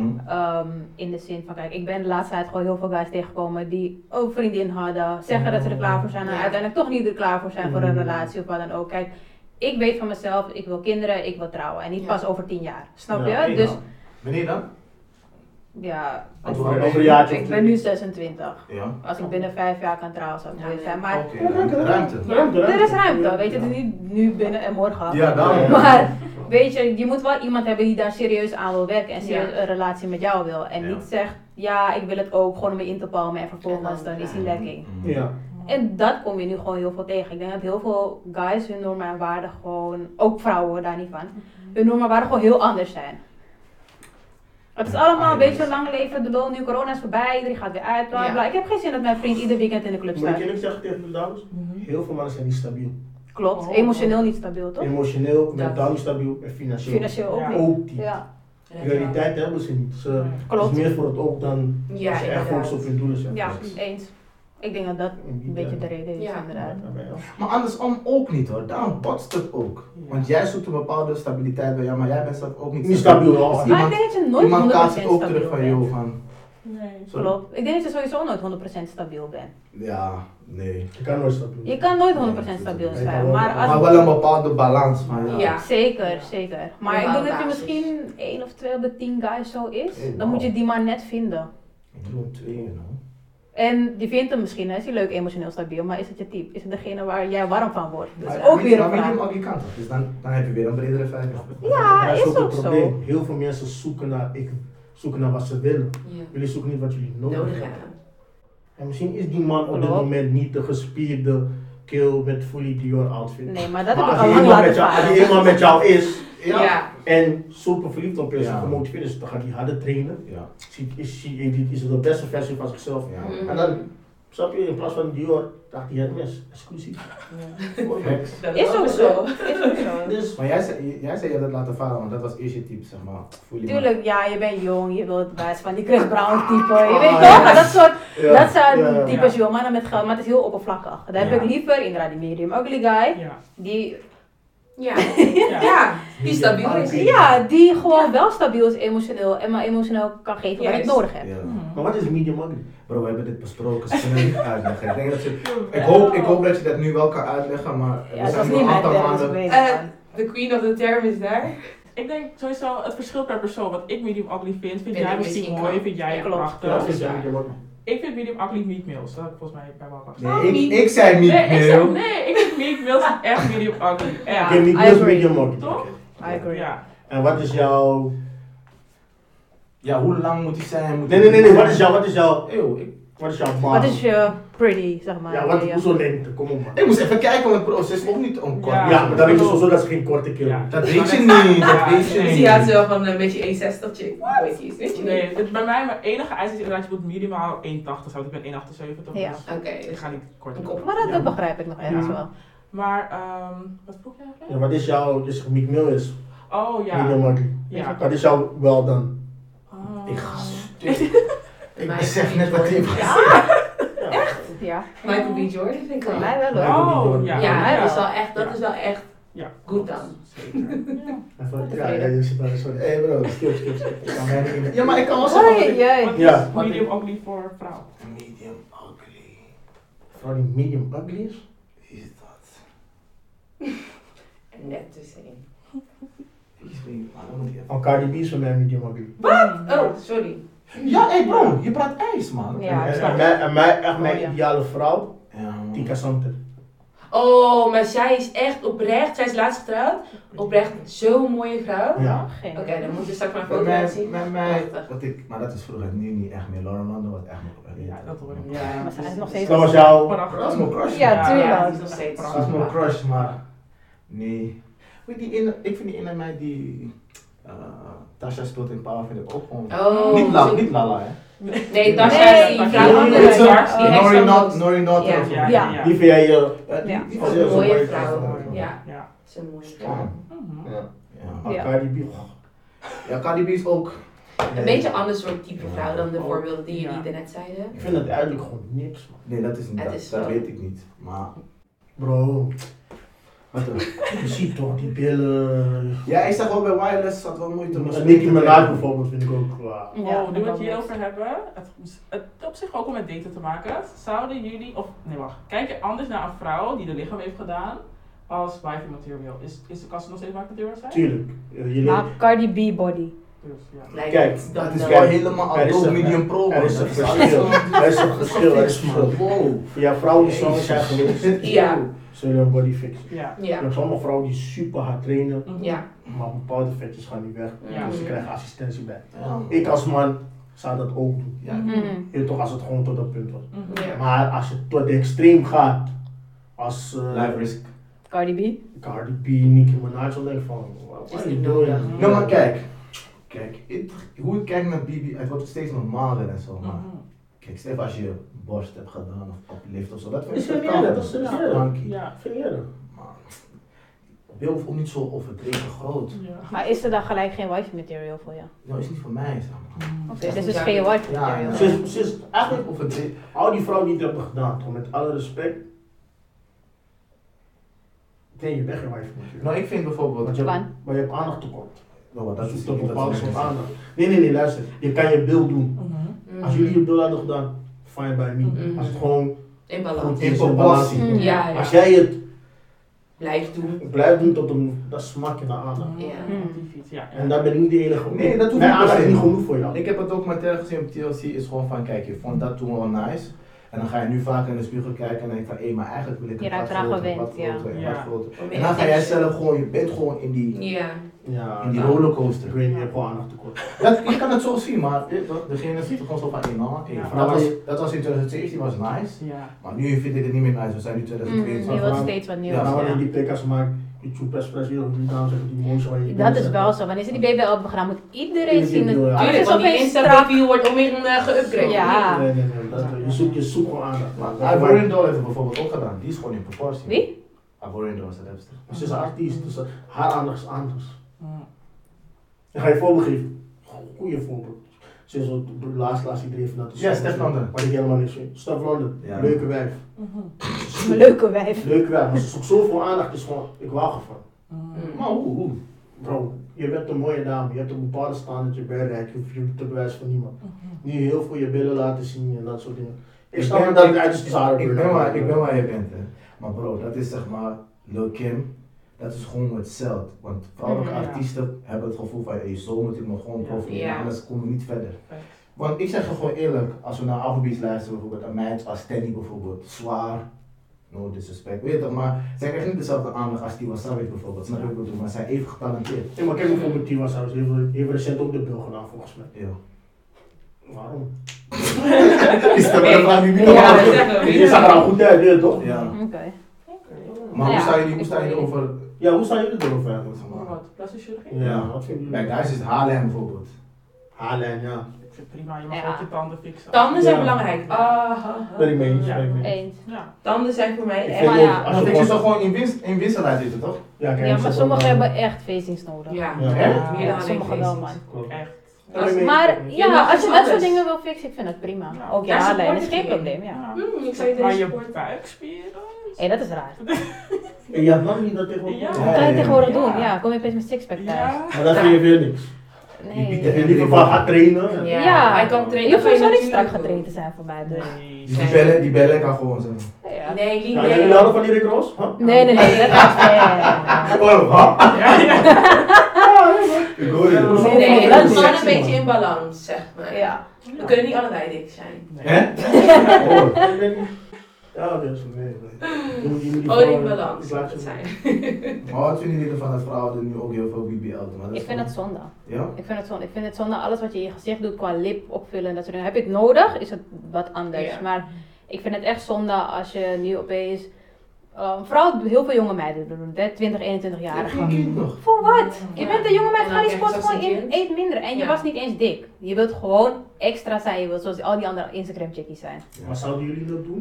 In de zin van, kijk, ik ben de laatste tijd gewoon heel veel guys tegengekomen die ook vriendin hadden, zeggen dat ze er klaar voor zijn en uiteindelijk toch niet er klaar voor zijn voor een relatie of wat dan ook. Kijk, ik weet van mezelf, ik wil kinderen, ik wil trouwen en niet pas over 10 jaar. Snap je? Dus, wanneer dan? ja, Over een jaartje. ik ben nu 26. Ja. Als ik binnen 5 jaar kan trouwen zou het mooi zijn. Maar Ruimte. er is ruimte, weet je, het is niet nu binnen en morgen. Ja, daarom. Maar weet je moet wel iemand hebben die daar serieus aan wil werken en serieus een relatie met jou wil. En niet zegt, ja, ik wil het ook, gewoon om me in te palmen en vervolgens dan is hij lekking. Ja. En dat kom je nu gewoon heel veel tegen. Ik denk dat heel veel guys hun normen en waarden gewoon, ook vrouwen daar niet van, hun normen en waarden gewoon heel anders zijn. Het is allemaal een beetje lang leven, de lol, nu corona is voorbij, iedereen gaat weer uit, bla bla. Ik heb geen zin dat mijn vriend ieder weekend in de club Moet ik staat. eerlijk zeggen tegen de dames? Heel veel mannen zijn niet stabiel. Klopt, emotioneel niet stabiel toch? Emotioneel, mentaal niet stabiel en financieel. Financieel ook niet. Ook die. Ja, Prioriteit hebben ze niet. Ze klopt. is meer voor het oog dan Ja, dat ze echt inderdaad. focus op hun doelen zijn. Ja, eens. Ik denk dat dat een beetje de reden is Ja. inderdaad. Maar andersom ook niet hoor, daarom botst het ook. Want jij zoekt een bepaalde stabiliteit bij jou, maar jij bent zelf ook niet Niet stabiel hoor. Dus Maar ik denk dat je nooit 100% iemand kaatst het ook stabiel terug van bent. jou van, Nee. sorry? Klopt. Ik denk dat je sowieso nooit 100% stabiel bent. Ja, nee. Je kan nooit stabiel. Je kan nooit 100% stabiel Ja, zijn, wel. maar Maar als... wel een bepaalde balans van ja. Ja. Zeker, zeker. Maar ik denk dat je basis. misschien 1 of 2 op de 10 guys zo is. Hey, Dan moet je die maar net vinden. Ik doe 2, you know. En die vindt hem misschien, hè, is hij leuk emotioneel stabiel, maar is het je type? Is het degene waar jij warm van wordt? Dus Maar ook weer een medium vraag. ook die kant op. Dus dan heb je weer een bredere vijver. Ja, Dat is ook ook het zo. probleem. Heel veel mensen zoeken naar wat ze willen. Ja. Jullie zoeken niet wat jullie nodig Nodig hebben. hebben. En misschien is die man op dit Klopt. moment niet de gespierde kill met fully Dior outfit. Nee, maar dat Maar heb ik als al hij lang eenmaal laten met jou- als hij varen. eenmaal met jou is Ja. en super verliefd op is en Ja. gemotiveerd is, dan gaat hij harder trainen. Ja. Is het de beste versie van zichzelf. Ja. En dan, snap je, in plaats van Dior, dacht hij Hermes, exclusief. Perfect. Dat Is ook zo. Is ook zo. Dus, Maar jij zei je had het laten varen, want dat was eerst je type, zeg maar. Voel je Tuurlijk, ja, je bent jong, je wilt wijs van die Chris Brown type. Je Ah, weet ja. toch, dat soort, ja, dat zijn ja. types jonge mannen met geld, maar het is heel oppervlakkig. Dan heb Ja. ik liever inderdaad die medium ugly guy, Ja. die, Ja. Ja. Ja. Die stabiel is. ja, die gewoon wel stabiel is emotioneel en me emotioneel kan geven wat ik Juist. nodig heb. Ja. Maar wat is medium ugly? Bro, we hebben dit besproken, ze kunnen het niet uitleggen. Ik denk dat ik hoop dat je dat nu wel kan uitleggen, maar Ja, we het zijn was nu niet een mijn aantal term, dus ik maanden. weet Eh, het van. De queen of the term is daar. Ik denk sowieso het verschil per persoon. Wat ik medium ugly vind Vind jij ik misschien misschien mooi, wel. vind jij Ja, klopt. prachtig. Ja, dat is medium ugly. Ik vind medium ugly meat meals. Dat heb ik volgens mij bij wel gezegd. Nee, ik zei niet veel. Nee, ik vind meat meals echt medium ugly. Ja. Oké, medium I is agree. medium ugly. Toch? Oké. I agree. Ja. En wat is jouw... Ja, hoe lang moet hij zijn? Moet Nee, hij- wat is jouw Eeuw, wat is jouw Wat basis? is je pretty, zeg maar? Ja, wat, je- hoezo lengte? Kom op man. ik moest even kijken, want bro, ze is ook niet een kort. Ja. Ja, maar dan weet je sowieso dat ze geen korte kill Ja. Dat weet je niet, dat Ja, weet je nee. Dus die had niet. zo van een beetje 1,60 chick. Weet je Nee, niet. het, bij mij mijn enige eis is inderdaad, je moet minimaal 1,80 zijn, want ik ben 1,78. Ja. Dus Oké. ik ga niet kort Een doen. kop. Maar dat Ja. begrijp ik nog ergens Ja. wel. Maar, wat vroeg jij Ja, eigenlijk? wat is jouw, dus Meek Mill is Oh ja. medium ugly. Ja. Wat is jouw wel dan? Oh. Ik ga ik besef net wat hij was. Ja. Michael B. Jordan vind ik Voor wel. mij wel hoor. Oh, ja. Ja, ja. dat is wel echt, dat is wel echt Ja. goed dan. Zeker. Ja. Even, Tevreden. je zit daar, sorry. Hey bro, Skip. ik kan mij niet in- Ja, maar ik kan wel zeggen wat Hoi, ik... jij. Wat Ja. is medium ugly voor vrouw? Medium ugly. Vrouw die medium ugly is? Wie is dat? En net tussenin. Wie is wie? Maar dan moet ik even- Van Cardi B is voor mij medium ugly. Wat? Oh, sorry. Ja, hey bro, je praat ijs man. Ja, en, snap en, je. mij, echt mijn Oh, ja. ideale vrouw, Ja, man. Tika Santer. Oh, maar zij is echt oprecht. Zij is laatst getrouwd. Oprecht zo'n mooie vrouw. Ja. Geen. Oké, dan moet je straks maar een Bij foto laten zien. mij, bij mij, Prachtig. wat ik, maar dat is vroeger nu niet echt meer. Lauren London was echt mijn Ja, dat hoor ik. Ja, Maar zij is nog steeds. Dat was jouw... Dat is mijn crush. Ja, Ja, tuurlijk. die is nog steeds. Dat is mijn crush, maar nee. Weet die ene, ik vind die ene meid die Tasha speelt in Power vind ik ook gewoon. Oh, Niet Lala hè. Nee, Tasha Nee, is die Tasha vrouw is van die- de die- Sharks. Die die- extra Nori Not. Ja. Ja, Ja. ja. Die vind jij je... Ja. Die Als is je heel zo'n mooie mooie vrouw. vrouw. Ja, Ja. zo'n mooie Ja. vrouw. Mhm. Ja. Ja. Ja. Cardi B. Ja, Cardi B is ook. Een beetje ander soort type vrouw dan de Oh, voorbeelden die ja. jullie daarnet zeiden. Ik vind het uiterlijk gewoon niks, man. Nee, dat is niet. Het Dat, is dat wel- weet ik niet. Maar Bro. Wat dan? Je ziet toch die billen. Ja, ik zag ook bij Wireless zat wel moeite om Nicki Minaj bijvoorbeeld vind ik ook. Oh, nu we het hierover hebben, het op zich ook wel met daten te maken. Zouden jullie, of nee wacht, kijk je anders naar een vrouw die de lichaam heeft gedaan als wifey material? Kan ze nog steeds wifey material zijn? Tuurlijk. Maar Cardi B body. Dus, ja. Lijkt Kijk, het Dat is dan wel wel. helemaal Er is Adobe een- Medium Pro. Er is man. een Dat verschil. alles Er is een verschil. Er is een verschil. Wow. Ja, vrouwen die zwanger zijn geweest, Ja. zullen hun body fixen. Ja. Je Ja. hebt sommige vrouwen die super hard trainen, Ja. maar bepaalde vetjes gaan niet weg. Ja. Dus ze krijgen assistentie bij. Ja. Ik als man zou dat ook doen. Ja. Mhm. Je weet toch, als het gewoon tot dat punt was. Mhm. Ja. Maar als je tot de extreem gaat, als Live risk. Cardi B. Cardi B, Nicki Minaj, dan denk ik van, wat Is is niet niet nodig. nodig. Nou, maar kijk, hoe ik kijk naar BB, het wordt steeds normaler en zo, maar Mhm. kijk, stel als je borst hebt gedaan of uplift of zo, dat vind Is ik er kan. niet erg, dat is er niet erg. Funky. Ja. Vind je dat? Maar Wil of ook niet zo overdreven groot. Ja. Maar is er dan gelijk geen wife material voor je? Nou, is niet voor mij, zeg maar. Oké, dus het is geen wife Ja, material. ja. Sinds eigenlijk, Overdreven. al die vrouwen die het hebben gedaan, toch, met alle respect, ken je weg in wife material. Nou, ik vind bijvoorbeeld. Want je hebt, Kan. maar je hebt aandacht tekort. Nou, dat is toch een niet bepaalde wat soort ze aandacht. Nee, luister. Je kan je beeld doen. Mhm. Als jullie je beeld hadden gedaan, fine by me. Mhm. Als het gewoon In goed balans. is, In in proportie. balans is. Mhm. Ja, ja. Als jij het Blijf doen. blijft doen tot een, dat smak je naar aandacht. Ja. Op die fiets, ja. En daar ben ik niet de enige. Nee, dat hoeft Mijn niet aandacht per is se. niet genoeg voor jou. Ik heb het documentaire gezien op TLC, is gewoon van, kijk, je vond dat toen wel nice. En dan ga je nu vaker in de spiegel kijken en dan denk je van, hé, maar eigenlijk wil ik Je het raakt wat eraan groter, gewend, wat ja. groter, en Ja. wat groter. Om En dan ga jij zelf gewoon, je bent gewoon in die Ja. Ja, in die nou, rollercoaster. ik weet niet, je hebt gewoon aandacht tekort. Je kan het zo zien, maar degene ziet er gewoon zo van, hé, nou, oké, Ja. dat was in 2017 was nice, Ja. maar nu vind ik het niet meer nice, we zijn nu Mhm, 2022. je wilt steeds wat nieuws. Ja, Nou, Ja. wanneer die pk's maakt, die True Express weer, die naam zeggen, die motion waar je Dat is wel zo. Wanneer ze die BBL hebben gedaan, moet iedereen zien. Het Ja. alles Tuurlijk, is want die opeens Insta strak. profiel wordt onmiddellijk geüpgrade. Ja. Nee, je zoekt gewoon aandacht. Maar Ivorian Doll heeft het bijvoorbeeld ook gedaan, die is gewoon in proportie. Wie? Ivorian Doll is een rapster. Ze is een artiest, dus haar aandacht is anders. Mhm. Ik ga je een voorbeeld geven. Goeie voorbeeld. Ze is ook de laatst iedereen van dat. Ja, Stef London. Maar ik helemaal niks vind. Stef London, Ja. leuke wijf. Mhm. Een leuke wijf. Leuke wijf, maar ze zoekt zoveel aandacht, is gewoon, ik wou ervan. Mhm. Maar hoe? Bro, je bent een mooie dame, je hebt een bepaalde standaard, je bent rijk, je hoeft je te bewijzen van niemand. Mhm. Nu heel veel je billen laten zien en dat soort dingen. Ik Ik snap ben- het dat het uit is die Zara Ik Burger. ben waar je bent, hè. Maar bro, dat is zeg maar, Lil Kim, dat is gewoon hetzelfde. Want vrouwelijke Mhm, ja. artiesten hebben het gevoel van, hey, zo moet ik me gewoon Ja. profileren, Ja. anders komen we niet verder. Facts. Want ik zeg je gewoon eerlijk, als we naar Afrobeats luisteren bijvoorbeeld, een meid als Tenny bijvoorbeeld, zwaar, no disrespect, weet je toch, maar zij krijgen niet dezelfde aandacht als Tiwa Savage bijvoorbeeld, snap je wat ik bedoel, maar zij zijn even getalenteerd. Ja, maar kijk bijvoorbeeld Tiwa Savage, die heeft recent ook de bil gedaan volgens mij. Ja. Waarom? Is dat wel een vraag die niet Ja, normaal dat is? zeggen we. Je zag er al goed uit, weet je toch? Ja. Oké. Maar hoe Ja, sta je ik hier weet over? Ja, hoe staan jullie erover eigenlijk? Maar wat? Plastische chirurgie? Ja, wat vinden Bij jullie? guys is het Haarlem bijvoorbeeld. Haarlijn, ja. Ik vind het prima, je mag Ja. ook je tanden fixen. Tanden zijn Ja. belangrijk. Ben ik mee eens, Ja. ben ik mee eens. Eens. Ja. Tanden zijn voor mij Ik echt. vind Maar ook, ja. als Dan je fix je gewoon... toch gewoon in wisselheid zitten, toch? Ja, kijk, Ja, ze maar gewoon sommigen dan- hebben echt facings nodig. Ja. Ja. Echt? Meer dan Sommigen wel, man. Klopt. Echt. Ja, ben ik mee Maar eens. Je mag ja, als je dus dat soort alles. dingen wil fixen, ik vind het prima. Ja. Ook je Daar haarlijn support is ik geen je in. probleem, ja. Ik zou je Maar deze je supporten. buikspieren? Hé, dat is raar. En je had lang niet dat tegenwoordig. Ja. Dat Ja, kan je ja, tegenwoordig ja. doen, ja. Kom je opeens met sixpack thuis. Ja. Maar dat vind je weer niks. Nee. biedt Je er- hebt liever van gaat trainen. Ja, Ja, hij kan trainen. je hoeft kan sowieso niet natuurlijk strak doen. getraind te zijn voor mij, dus. Nee. Die bellen kan gewoon zijn. Ja. Nee, Lien, Ja, nee. jullie hadden van die Rick Ross? Huh? Nee, dat gaat ver. Oh, ha? Ja, ja. Ik hoor je. Nee, Nee, nee, dat dat is is gewoon sexy, een beetje man. in balans, zeg maar. Ja. We kunnen niet allebei dik zijn. Hè? Oh. Ik weet niet. Ja, dus nee. Je moet die Oh, vrouwen- in balans ik moet laat het je- zijn. Maar wat vinden jullie ervan dat vrouwen er nu ook heel veel BBL doen? Maar dat is Ik vind het gewoon- zonde. Ja? Ik vind het zonde. Alles wat je in je gezicht doet qua lip opvullen en dat soort dingen. Heb je het nodig, is het wat anders. Ja. Maar ik vind het echt zonde als je nu opeens... vooral heel veel jonge meiden doen, 20, 21 Je hebt jaar. geen kind nog. Voor wat? Je Ja. bent een jonge meid, En dan ga die krijg je sport straks gewoon een in, kind. eet minder. En je Ja. was niet eens dik. Je wilt gewoon extra zijn, je wilt zoals al die andere Instagram chickies zijn. Maar zouden jullie dat doen?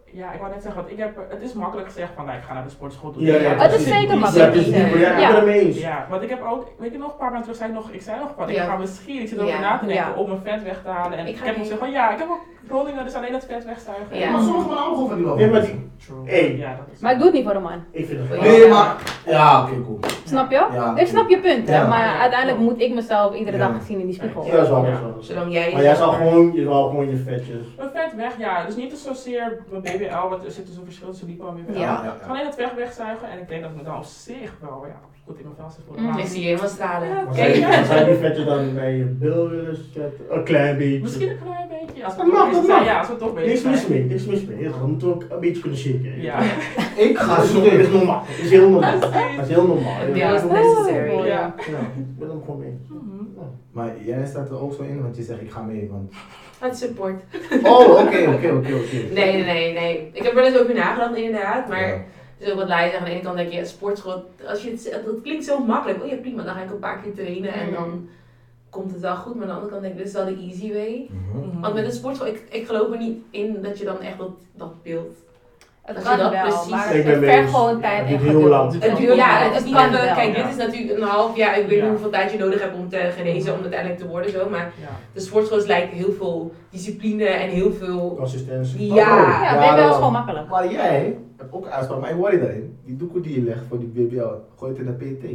Ja, ik wou net zeggen, want het is makkelijk gezegd van, ik ga naar de sportschool doen. Ja, Het is zeker makkelijk Ja, gezegd. ik ben het mee eens. Ja, want ik heb ook, weet je nog, een paar maanden terug ik zei nog van, ik Ja. ga misschien, ik zit over Ja. na te denken Ja. om mijn vet weg te halen. En Ik ik ga heb niet- gezegd van, ja, ik heb ook Groningen, dus alleen dat vet wegzuigen. Ja. Maar sommige mannen houden gewoon van die Nee, maar lopen. Hey, Ja, dat is Maar ik doe het niet voor de man. ik vind het Nee, maar... Ja, oké, cool. Snap je? Ja. Ik snap je punt, hè, Ja. maar uiteindelijk moet ik mezelf iedere Ja. dag zien in die spiegel. Ja, dat is wel, dat is wel. Zolang jij... Maar je zal gewoon je vetjes. Mijn vet weg, ja, dus niet zozeer mijn BBL, want er zit dus een verschil tussen lipo en BBL. Ja. Ik ga alleen het wegzuigen en ik denk dat ik me dan op zich wel, goed in mijn vel zit voor de Mm. Ik maand. zie je helemaal stralen. Ja, Maar kijk, zou je die vetjes dan bij je bil willen zetten? Een klein beetje. misschien een klein beetje, als we Dat toch mag, bezig dat zijn, mag. ja, als we toch bezig Niks zijn. mis mee, niks mis mee. Ja, dan moeten we ook een beetje kunnen shaken. Ja. Ik ga Dat is zo. normaal. Dat is heel normaal. Dat Precies. is heel normaal. Het Ja, deel is necessary. Oh, Ja. ik ben er gewoon mee. Mhm. Maar jij staat er ook zo in, want je zegt ik ga mee, want... Het support. Oh, oké. Nee. Ik heb er wel eens over nagedacht inderdaad, maar Ja. het is ook wat lui zeggen. Aan de ene kant denk je, sportschool, als je dat klinkt zo makkelijk. Oh ja, prima, dan ga ik een paar keer trainen en dan komt het wel goed. Maar aan de andere kant denk ik, dit is wel de easy way. Mhm. Want met een sportschool, ik geloof er niet in dat je dan echt dat beeld... Het Als kan je dat wel, precies- maar Ik ben het mee vergt eens. gewoon tijd Het en duurt heel lang. geduld. Het duurt Ja, lang. het is niet kan even, wel. kijk, Ja. dit is natuurlijk een half jaar, ik weet Ja. niet hoeveel tijd je nodig hebt om te genezen, om uiteindelijk te worden zo. Maar Ja. de sportschool lijkt heel veel discipline en heel veel... Consistentie. Ja. Ja, BBL is gewoon makkelijk. Maar jij hebt ook een uitspraak, maar ik worry daarin. Die doekoe die je legt voor die BBL, gooi het in de PT.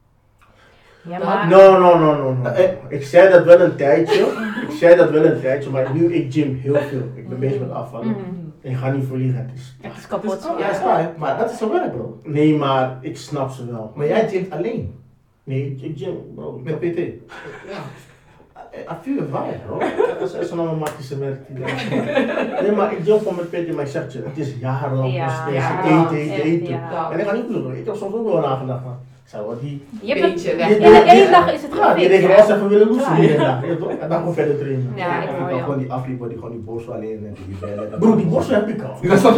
Ja, maar... No. Ik zei dat wel een tijdje. Maar nu ik gym heel veel. Ik ben bezig met afvallen. Mhm. En ik ga niet voor liegen. Het is... Het is kapot. Dus, oh, Ja, is waar, maar dat is zo werk, bro. Nee, maar ik snap ze wel. Maar jij gymt alleen, Nee, ik gym, bro. met PT. Ja. I feel a vibe, bro. Dat is een automatische merk die daar. Nee, maar ik gym gewoon met PT, maar ik zeg je, het is jarenlang Ja, consistentie. ja, Eten. ja. En ik ga niet vloeken. Ik heb soms ook wel nagedacht van, ik zou wat die... Je hebt het... beetje weg. In de ene dag is het Ja, die gefixt. regens even willen loesen Ja. die ene dag. Ja, toch? En dan gewoon verder trainen. Ja, ik Of hoor dan je. gewoon die afliepen, die gewoon die borst alleen en die bellen. Bro, die borsten heb ik al. Dat snap je?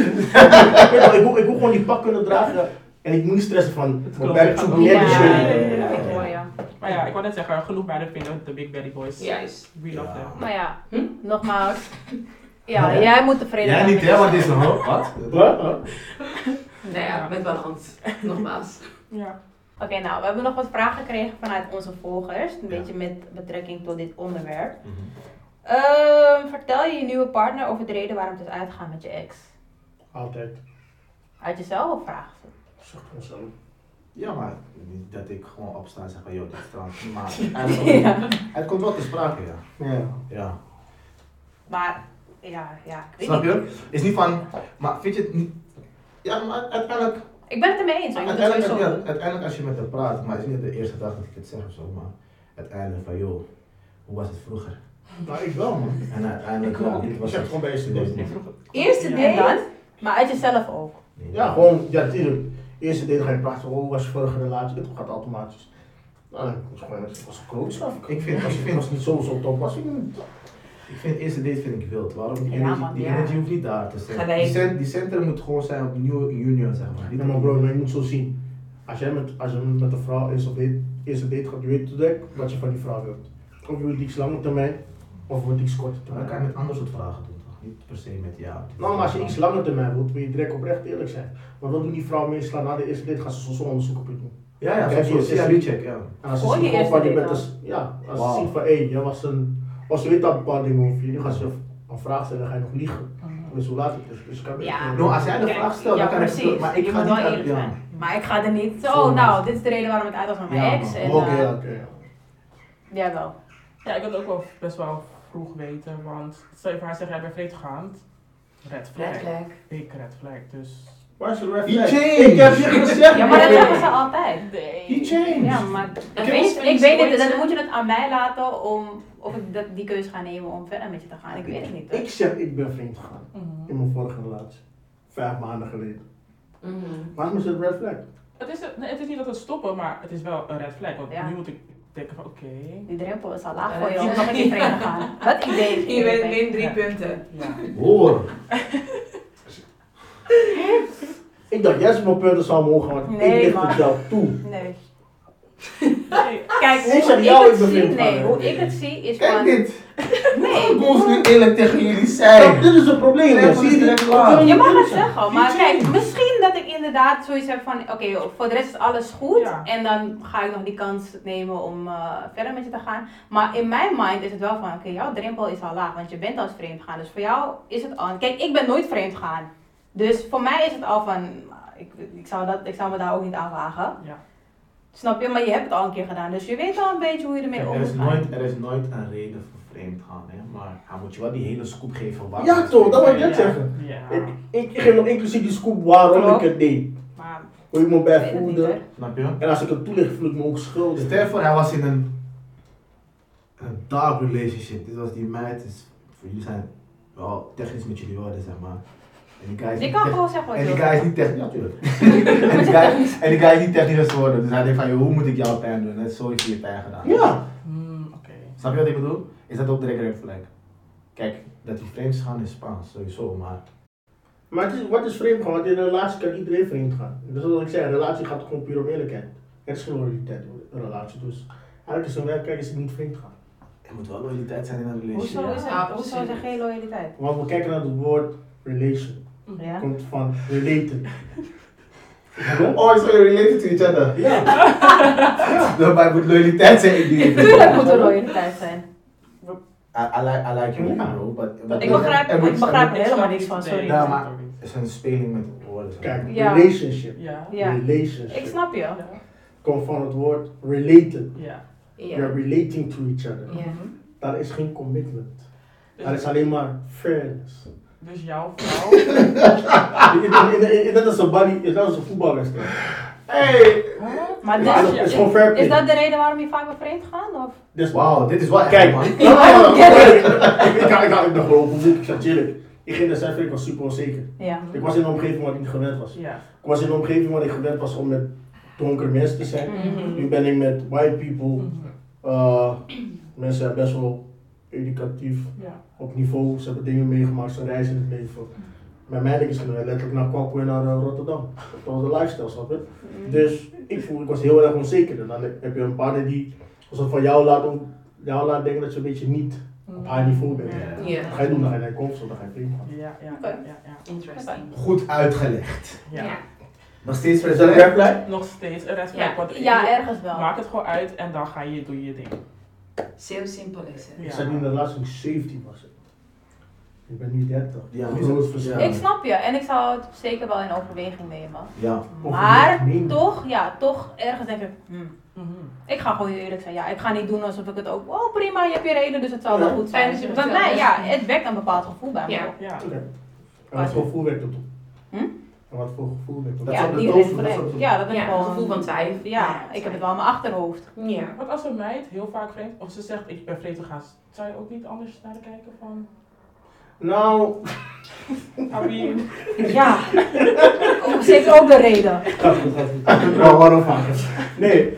Ik wil gewoon die pak kunnen dragen en ik moet niet stressen van Het mijn klopt. buik zoekt Ja, niet Ja, echt ja, de ja. ik hoor je. Maar ja, ik wou net zeggen, genoeg meiden vinden de Big Belly Boys. Juist. We love them. Maar ja, Hm? nogmaals. Ja, Ja. jij moet tevreden Jij zijn niet met hè, want dit jezelf. is een hoop. Wat? Wat? Nou ja, met balans. Nogmaals. Ja. Oké, nou, we hebben nog wat vragen gekregen vanuit onze volgers. Een Ja. beetje met betrekking tot dit onderwerp. Mhm. Vertel je nieuwe partner over de reden waarom het is uitgegaan met je ex? Altijd. Uit jezelf of vragen ze? Zeg gewoon zo. Ja, maar niet dat ik gewoon opsta en zeg van, joh, dit is trans. Maar het komt wel te sprake, ja. Ja. Ja. Maar, ja, ik weet Snap niet. je? Is niet van, maar vind je het niet... Ja, maar uiteindelijk... Ik ben het ermee eens, hoor. Ik moet het Uiteindelijk, sowieso ja, doen. uiteindelijk als je met haar praat, maar het is niet de eerste dag dat ik het zeg of zo, maar uiteindelijk van, joh, hoe was het vroeger? Nou, ik wel man. En uiteindelijk, Ik ja, ook. dit Ik was zeg het. het gewoon bij je Dit was student. het. Eerste Ja. En dan? date? Maar uit jezelf ook. Nee. Ja, gewoon, ja natuurlijk. Eerste date ga je praten, hoe was je vorige relatie? Dit gaat automatisch. Nou, het was gewoon, het was een klootschap. Ik vind, Het was niet zo top, was ik niet. ik vind eerste date vind ik wild. Waarom? Die Ja, energie, man, die ja. energie hoeft niet daar te zijn. Gelijk. Die centrum moet gewoon zijn op New Union, zeg maar. Ja, maar bro, maar je moet zo zien. Als je met een vrouw eerste date gaat, je weet direct wat je van die vrouw wilt. Of je wilt iets lange termijn, of wilt iets korte Maar dan kan je termijn. met ander soort vragen doen, toch? Niet per se met ja. Nou, maar als je iets lange termijn wilt, wil je direct oprecht eerlijk zijn. Maar wat doen die vrouwen meestal na de eerste date? Gaan ze zo'n onderzoek op je doen. Ja, ja, Kijk, zo'n je CRB-check, ja. En als ze Gewoon zien die van wat je eerste bent, date dus, ja, als Wauw. ze zien van hé, jij was als ze weet dat bepaalde dingen over je, dan gaan ze een vraag stellen, dan ga je nog liegen. Dus hoe laat het is. Dus ik kan Ja. Nou, als jij de Kijk, vraag stelt, ja, dan kan ik precies. het, maar ik Je ga moet niet wel uit, eerlijk ja. zijn. Maar ik ga er niet Zo, zo, nou, man. dit is de reden waarom het uit was met mijn Ja, ex. man. En, Oké. jij wel. Ja, ik wil het ook wel best wel vroeg weten, want stel je voor haar zegt, jij bent vreedgaand. Red flag. Red flag. Big red flag, dus... Waar is de red He flag? changed. Ik heb je gezegd. Ja, maar dat man. zeggen ze altijd. He changed. Ja, maar En ik volgens weet het, ooit, dan moet je het aan mij laten om of ik die keuze ga nemen om verder met je te gaan. Ik weet het niet. Hoor. Ik zeg, ik ben vreemd gegaan. Mhm. In mijn vorige relatie. 5 maanden geleden. Mhm. Waarom is het red flag? Het is niet dat het stoppen, maar het is wel een red flag. Want Ja. nu moet ik denken van, oké. Die drempel is al laag Ja, voor je dat om is- nog een keer vreemd te gaan. Dat idee. Je bent min 3 punten. Ja. Hoor. Ik dacht, jij mijn punten zou mogen, want Nee, ik licht man. het jou toe. Nee. Nee. Kijk, Ik hoe zeg ik jou, het ik ben zie, vreemd nee, gaan. hoe ik het zie is Kijk van... dit. Nee, Ghosting. eerlijk tegen jullie zijn. Dit is het probleem. Nee, Zie je direct dit? klaar. Je mag het zeggen, maar kijk, misschien dat ik inderdaad zoiets heb van, oké, voor de rest is alles goed Ja. en dan ga ik nog die kans nemen om verder met je te gaan. Maar in mijn mind is het wel van, oké, jouw drempel is al laag, want je bent al vreemd gegaan. Dus voor jou is het al, kijk, ik ben nooit vreemd gegaan. Dus voor mij is het al van, ik zou me daar ook niet aan wagen. Ja. Snap je? Maar je hebt het al een keer gedaan, dus je weet al een beetje hoe je ermee Kijk, om er, moet is gaan. nooit een reden voor vreemd gaan, hè? Maar hij moet je wel die hele scoop geven. Waarom Ja het toch, dat wil vreemd ik gaat. net zeggen. Ja. Ik geef nog inclusief die scoop waarom Klopt. ik het deed. Maar Hoe ik me ik bij weet het niet, voelde. hoor. Snap je? En als ik het toelicht, voel ik me ook schuldig. Stel je voor, hij was in een dark relationship. Dit was die meid, dus voor jullie zijn wel technisch met jullie worden, zeg maar. En die guy is Je niet kan tech- gewoon zeggen wat En je die wil. guy is niet technisch, natuurlijk. En die guy is niet technisch geworden. Dus hij denkt van, joh, hoe moet ik jou pijn doen? Net zo heeft hij je pijn gedaan. Ja. Oké. Snap je wat ik bedoel? Is dat ook direct red flag? Kijk, dat hij vreemd is gaan is Spaans, sowieso, maar... Maar wat is vreemd gaan? Want in een relatie kan iedereen vreemd gaan. Dat is wat ik zeg, een relatie gaat gewoon puur om eerlijkheid. Het is geen loyaliteit, een relatie. Dus eigenlijk is een werkkijk is het niet vreemd gaan. Er moet wel loyaliteit zijn in een Hoezo relationship. is het? Ja, Hoezo precies. is er geen loyaliteit? Want we kijken naar het woord relation. Ja? Het komt van related. Oh, so you're related to each other. Ja. Daarbij moet loyaliteit zijn in die Tuurlijk moet er loyaliteit zijn. I like you, Ja. bro, but Ik begrijp er moet- ik begrijp er Ik helemaal snap niks niet van, de sorry. Ja, reden, maar- ook niet. Het is een speling met woorden. zeg maar. Kijk, Ja. relationship. Ja. Ja. Relationship. Ik snap je. Ja. Komt van het woord related. Ja. You're relating to each other. Ja. Dat is geen commitment. Dus, Dat is alleen maar fairness. dus jouw vrouw. Dat is een body, dat is een voetbalwedstrijd. Hey! Maar Ja, dus- dat is gewoon fair play. is dat de reden waarom je vaak bent vreemd gaan? Of? Dus, Wauw, dit is wel echt, Kijk, man. ik ben gewoon op een boek, ik zeg eerlijk. Ik ging naar Zuid-Afrika, ik was super onzeker. Ja. Ik was in een omgeving waar ik niet gewend was. Ja. Ik was in een omgeving waar ik gewend was om met donkere mensen te zijn. Mhm. Nu ben ik met white people. Mhm. Mensen zijn best wel educatief, Ja. op niveau. Ze hebben dingen meegemaakt, ze reizen in het leven. Bij mij denk ik letterlijk naar Kwakwe en naar Rotterdam. Dat was de lifestyle, snap je? Dus ik was heel erg onzeker. En dan heb je een partner die alsof van jou laat denken dat je een beetje niet op haar niveau bent. Ja. Ja. Wat ga je doen? Dan ga je naar je komst of dan ga je vreemd gaan. Ja, ja, Oké. ja. Interesting. Goed uitgelegd. Ja. Ja. Nog steeds Is dat een red flag? Nog steeds een respect. Ja. Want Ja, ergens wel. maak het gewoon uit en dan doe je ding. Zo simpel is het. Ik zat in de relatie toen ik 17 was. Ik ben nu 30. Ja, Groot verschil. Ik snap je en ik zou het zeker wel in overweging nemen. Ja. Maar Overweging. toch ergens denk ik, ik ga gewoon heel eerlijk zijn. Ja, ik ga niet doen alsof ik het ook, oh prima, je hebt je reden, dus het zal wel Ja. goed Fijn zijn. dat je het Want vertelt. mij, ja, het wekt een bepaald gevoel bij me. Ja. op. Ja. Oké. En wat voor gevoel werkt dat op? Hm? En wat voor gevoel werkt dat op? Dat is Ja, op de die tofu, red dat is flag. op de- Ja, dat is Ja, gewoon een gevoel van twijfel. Ja, ik heb het wel in mijn achterhoofd. Ja. Wat als een meid heel vaak vreemd, of ze zegt ik ben vreemd gegaan, zou je ook niet anders naar de kijken van, Nou, I mean, Ja, zeker ook de reden. gaat goed. Nou, waarom vaker? Nee,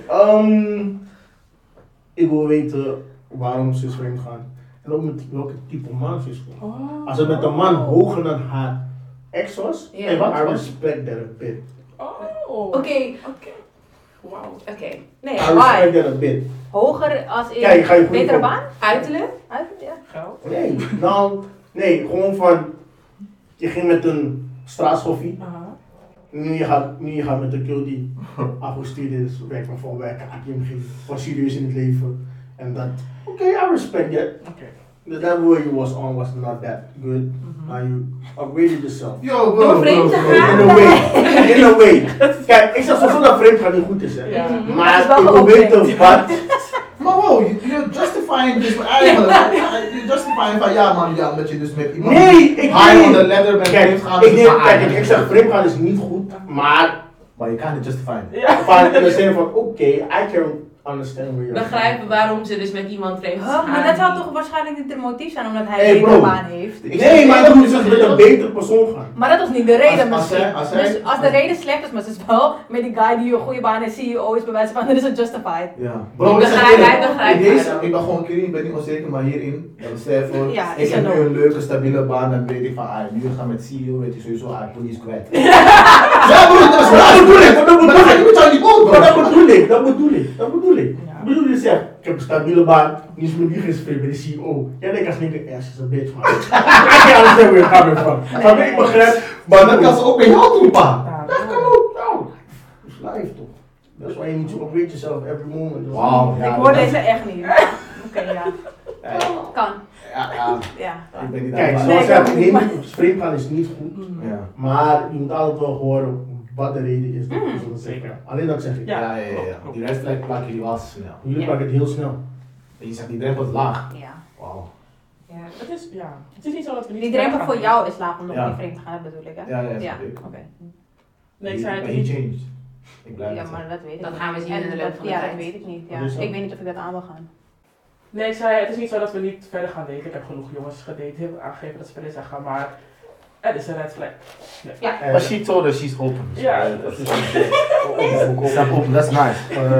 ik wil weten waarom ze is vreemd gaan. En ook met welke type man ze is vreemd. oh. Als het met een man hoger dan haar ex was, Ja. hey, I respect that a bit. Oh. Oké. Wauw. Oké. Nee, I why? respect that a bit. Hoger als in Kijk, ga je goed betere voor- baan? Uiterlijk? Ja. Geld. Nee, nou, nee, gewoon van, je ging met een straatschoffie. Aha. Nu je gaat met een kill die afgestudeerd is, werkt van volwerk, APMG, was serieus in het leven. En dat, oké, I respect that. Oké. The level you was on was not that good. Now you upgraded yourself. Yo, bro, Door vreemd te bro. gaan? In a way. In a way. Kijk, ik zeg sowieso dat vreemd gaan niet goed is, hè. Ja. Dat is Maar wel ik wil geoprecht. weten wat. Maar wow, you're justifying dus eigenlijk. You're justifying van ja man, ja, dat je dus met iemand Nee, ik high on the weet. ladder bent Kijk, vreemd gaan. ik dus neem, van, kijk, ik zeg vreemd gaan is niet goed, maar Maar je kan het justify. Ja. van in de zin van oké, I can understand where you're Begrijpen waarom ze dus met iemand vreemd is Huh, maar gegaan. dat zou toch waarschijnlijk niet het motief zijn omdat hij Hey, een betere bro. baan heeft. Nee, maar dan moet je met een betere persoon gaan. Maar dat was niet de reden Als misschien. hij- Dus als de reden slecht is, maar ze is wel met die guy die een goede baan is, CEO is bij wijze van, dan is het justified. Ja. Ik zeg begrijp, eerlijk, hij begrijpt in deze, mij ik ben gewoon ik ben niet onzeker, maar hierin, stel je voor, Ja, ik is heb er nu nog. een leuke, stabiele baan, dan weet ik van, nu ga met CEO, weet je sowieso, police kwijt. Ja bro, dat is Dat bedoel ik, dat bedoel Maar dan ga je ik. met jou in die boot, Maar bro. dat bedoel ik, dat bedoel ik, dat bedoel bedoel ik. Ja. Ik bedoel, je zegt, ik heb een stabiele baan, nu is mijn liefde gesprek bij de CEO. Jij denkt als niks, is een bitch, man. Ik ga alles hebben, ik ga weer van. Snap je? Ik begrijp. Maar dat kan ze ook bij jou doen, pa. Ja, Dat kan ook. Nou. Het is live toch? Dat is why you need to upgrade yourself every moment. Wauw. Ik hoor deze echt niet. Oké, ja. Kan. Ja. Ja. Ik ben niet Kijk, aan zoals Nee, ik ik zeg, ook neem vreemd gaan is niet goed. Ja. Maar je moet altijd wel horen wat de reden is. Dat je dat zeker. zegt. Alleen dat zeg ik. Ja. Ja. Die rest plakken jullie wel snel. Jullie pakken het heel snel. En je zegt die drempel is laag. Ja. Wauw. Het is niet zo dat we niet Die drempel gaan. voor jou is laag om nog Ja. niet vreemd te gaan, dat bedoel ik, hè? Ja, Ja, snap ik. oké. Nee, ik zei het Maar niet. he changed. Ik blijf Ja, het maar dat weet ik Dat niet. gaan we zien En in de loop dat- van de Ja, tijd. dat weet ik niet. Ja. Wat is dat? Ik weet niet of ik dat aan wil gaan. Nee, ik zei het is niet zo dat we niet verder gaan daten. Ik heb genoeg jongens gedate, heel veel aangegeven dat ze verder zeggen, maar er is een red flag. Nee. But she told us she's open. Ja, dat is open. That's nice.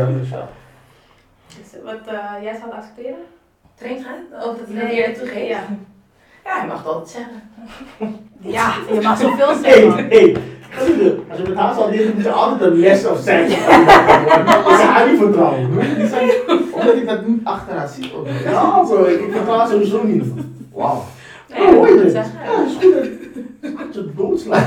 Wat jij zou accepteren? Vreemd gaan? Of dat hij dat eerder toegeeft? Ja. Ja, je mag het altijd zeggen. Ja, je mag zoveel Hey, zeggen. hey. Als je met haar zal leren, moet je altijd een les of zijn. Als ze haar niet vertrouwen. Omdat ik dat niet achteraan zie. Ook. Ja, bro, ik vertrouw haar sowieso niet. Wauw. Nee, je mag hoor je het dit? zeggen. Ja, dat is goed. Dat je doodslaat.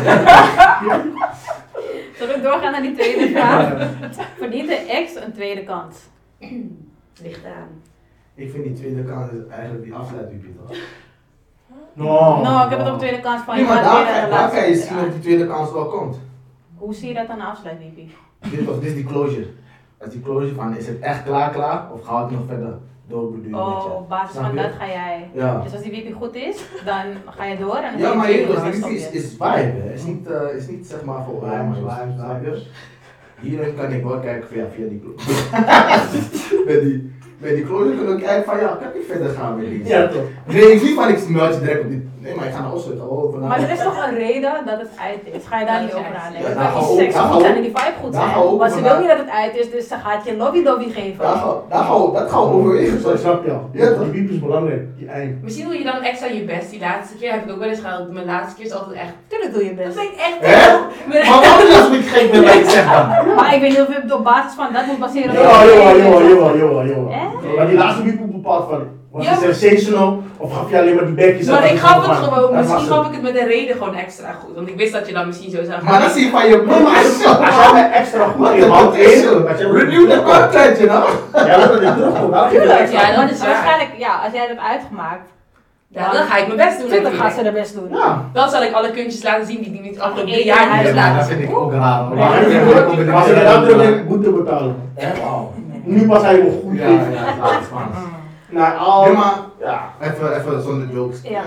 Zullen we doorgaan naar die tweede vraag? Verdient de ex een tweede kans? Ligt aan. Ik vind die tweede kans is eigenlijk die afsluitwiepje toch? Nou, ik heb het op tweede kans van Nee, je maar gaat weer een daar relatie. kan je zien of die tweede kans wel komt. Hoe zie je dat dan afsluit, Wiepie? Dit is die closure. Als die closure van is het echt klaar of gaan we het nog verder doorbeduren met Oh, je? op basis Snap van je? dat ga jij. Ja. Dus als die Wiepie goed is, dan ga je door en dan Ja, ga maar je je dus dan is, stop is, je. is vibe, hè. Is niet zeg maar voor Vibe, maar vibe, snap je? vibe. Hierin kan ik wel kijken via die closure. Bij die closure kan ik kijken van ja, kan ik verder gaan met die? Ja, toch? Nee, ik zie van ik meld je direct op dit. Nee, maar ik ga naar Oslo. Maar er is toch een reden dat het uit is? Ga je daar Ja, niet dat is over uit. nadenken? Ja, Dat daar die gaan we seks ook- daar goed gaan zijn we- en die vibe goed daar gaan we zijn. ook Maar ze over wil na- niet dat het uit is, dus ze gaat je lobby geven. Dat gaan we overwegen. Zo snap je al. Ja, toch? Die wiep is belangrijk, die eind. Misschien doe je dan extra je best. Die laatste keer heb ik ook wel eens gehad. Mijn laatste keer is altijd echt. Tuurlijk doe je Dat best. vind ik echt. Hè? Maar wat is als ik gek ben wat ik zeg dan? Maar ik weet niet of je het op basis van dat moet baseren. Jawel. Hè? Maar die laatste wiep bepaalt van, was Ja. het sensational of gaf je alleen maar die bekjes? Maar ik gaf het gewoon. Misschien was gaf ik het met een reden gewoon extra goed. Want ik wist dat je dan misschien zo zou gaan. Maar dan zie je van je Nee, maar als jij mij extra goed Wat in hand is is, zo? dat jij Renew the contract, you know? Ja, dat ik terugkom. Dan geef je Tuurlijk, extra. Ja, dat is waar. Waarschijnlijk, ja, als jij het hebt uitgemaakt, Ja, dan ga ik mijn best doen. tuurlijk gaat natuurlijk. ze er best doen. Ja. Dan zal ik alle kuntjes laten zien die ik niet afgelopen 3 Ja, jaar niet ja, heb Ja, laten dat zien. vind ik ook raar. hoor. Maar als je dan terug boete betalen. Wauw. Nu pas hij me goed Ja, geeft. ja, dat is Spaans. Naar al. Nee, maar Ja. even zonder jokes. Ja.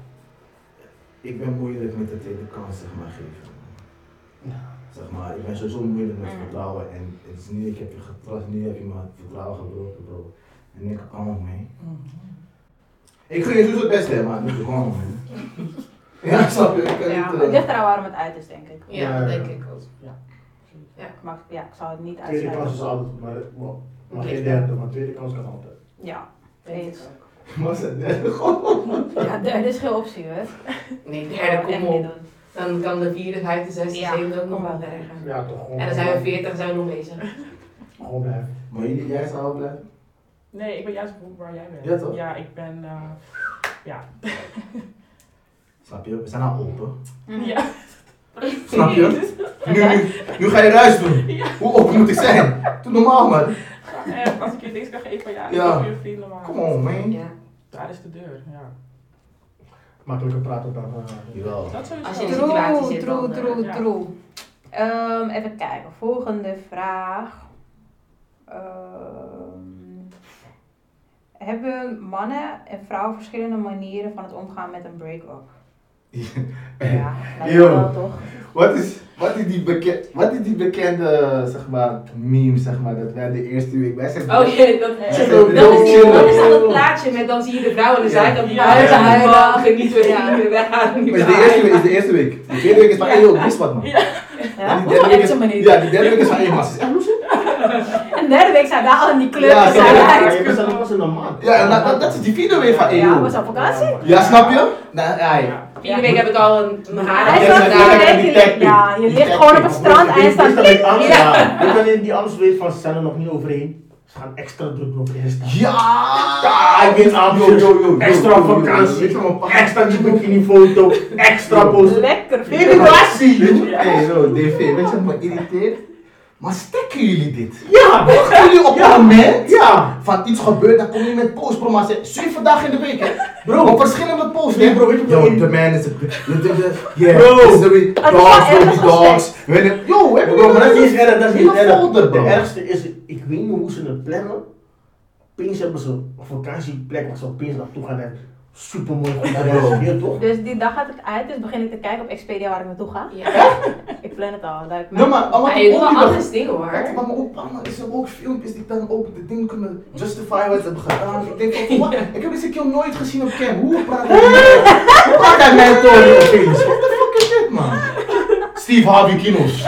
Ik ben moeilijk met de tweede kans, zeg maar, geven. Zeg maar, ik ben sowieso moeilijk met vertrouwen en het is nu, ik heb je getrust, nu heb je mijn vertrouwen gebroken, bro. En ik kan ook mee. Ik gun je sowieso het beste, maar niet gewoon mee. Ja, snap je? Ik kan Ja, niet, het ligt eraan waarom het uit is, denk ik. Ja, dat denk ik ook. Maar ja, ik zou het niet Tweede kans is uitsluiten. altijd, maar geen derde, maar tweede kans kan altijd. Ja, Denk ik eens. ook. Was het derde gewoon? Ja, derde is geen optie, hoor. Nee, Echt derde, kom niet op. doen. Dan kan de vierde, vijfde, zesde, Ja, zevende ook nog kom wel wel. erger. Ja, toch gewoon. En dan zijn we 40 en zijn we nog bezig. Gewoon blijven. Maar jij zou wel blijven? Nee, ik ben juist waar jij bent. Ja, toch? Ja, ik ben. Ja. Snap je? We zijn al open. Ja. Snap je? Nu ga je ruis doen. Hoe open moet ik zijn? Doe normaal, man. Als ik je niks kan geven, ja, Ja. ik ben je vrienden, maar. Come on, man. Ja. Daar is de deur, ja. Makkelijker praten dan. Jawel. Dat sowieso. Als je in de situatie zit, True, dan, true. ja. Even kijken, volgende vraag. Hebben mannen en vrouwen verschillende manieren van het omgaan met een break-up? Ja, lijkt me Yo. wel toch? Wat is die bekende, zeg maar, meme, zeg maar, dat wij de eerste week, wij zijn... Oh ja, dat is dan dat plaatje met dan zie je de vrouw aan de zijkant die Ja, huilen, ja, huilen, ja. genieten we Ja. niet, we gaan niet Maar is de eerste week. De tweede week is van, hey joh, wist wat man. Ja, En dat is wel echt zo'n manier. Ja, die derde week is van, hey man, ze is echt loes. En de derde week zijn we al in die club, Ja, we zijn ja, uit. Je bent pas in een maand. Ja, en dat is die vierde week van, hey Ja, we joh. zijn op vakantie. Ja, snap je? Nou, ja, Ja. Vierde week heb ik al een haar Hij Ja, zat ja, vierde ja, week, die tagpic. ja, je Die ligt tagpic. gewoon op het strand en je staat Weet dat ik angst Ja. heb. Weet dat je die angst weet van ze zijn er nog niet overheen. Ze gaan extra druk op Insta. Ja! Ik weet aan, Yo. extra vakantie, extra die bikini-foto, extra post. Lekker. Relatie! Hey, zo, DV, weet je wat me irriteert? Maar stekken jullie dit? Ja! Wachten jullie op het moment Ja! van iets gebeurt, dan kom je met post, bro, maar 7 dagen in de week, hè? Bro. Op verschillende posts, Nee, hè? bro, weet je wat Yo, ik- the man is a... Yeah, Bro. this is the Het is wel dogs, erg baby als dogs. Yo, heb je Bro, maar dat is niet niet erg, dat is niet hele erg. folder, bro. De ergste is, ik weet niet hoe ze het plannen. Opeens hebben ze een vakantieplek waar ze opeens naartoe gaan en super mooi goed gereserveerd, toch? Dus die dag gaat het uit, dus begin ik te kijken op Expedia waar ik naartoe ga. Ja. Ik plan het al. Like, No, maar wat Maar ik je doet ook wel niet andere begrijp- dingen hoor. Wat me ook bang is, er ook filmpjes die dan ook de dingen kunnen justify wat ze hebben gedaan. Ik denk van, wat? Ik heb deze kill nooit gezien op cam. Hoe praat hij? Hoe praat hij mijn toon opeens? What the fuck is dit, man? Steve Harvey Kinos.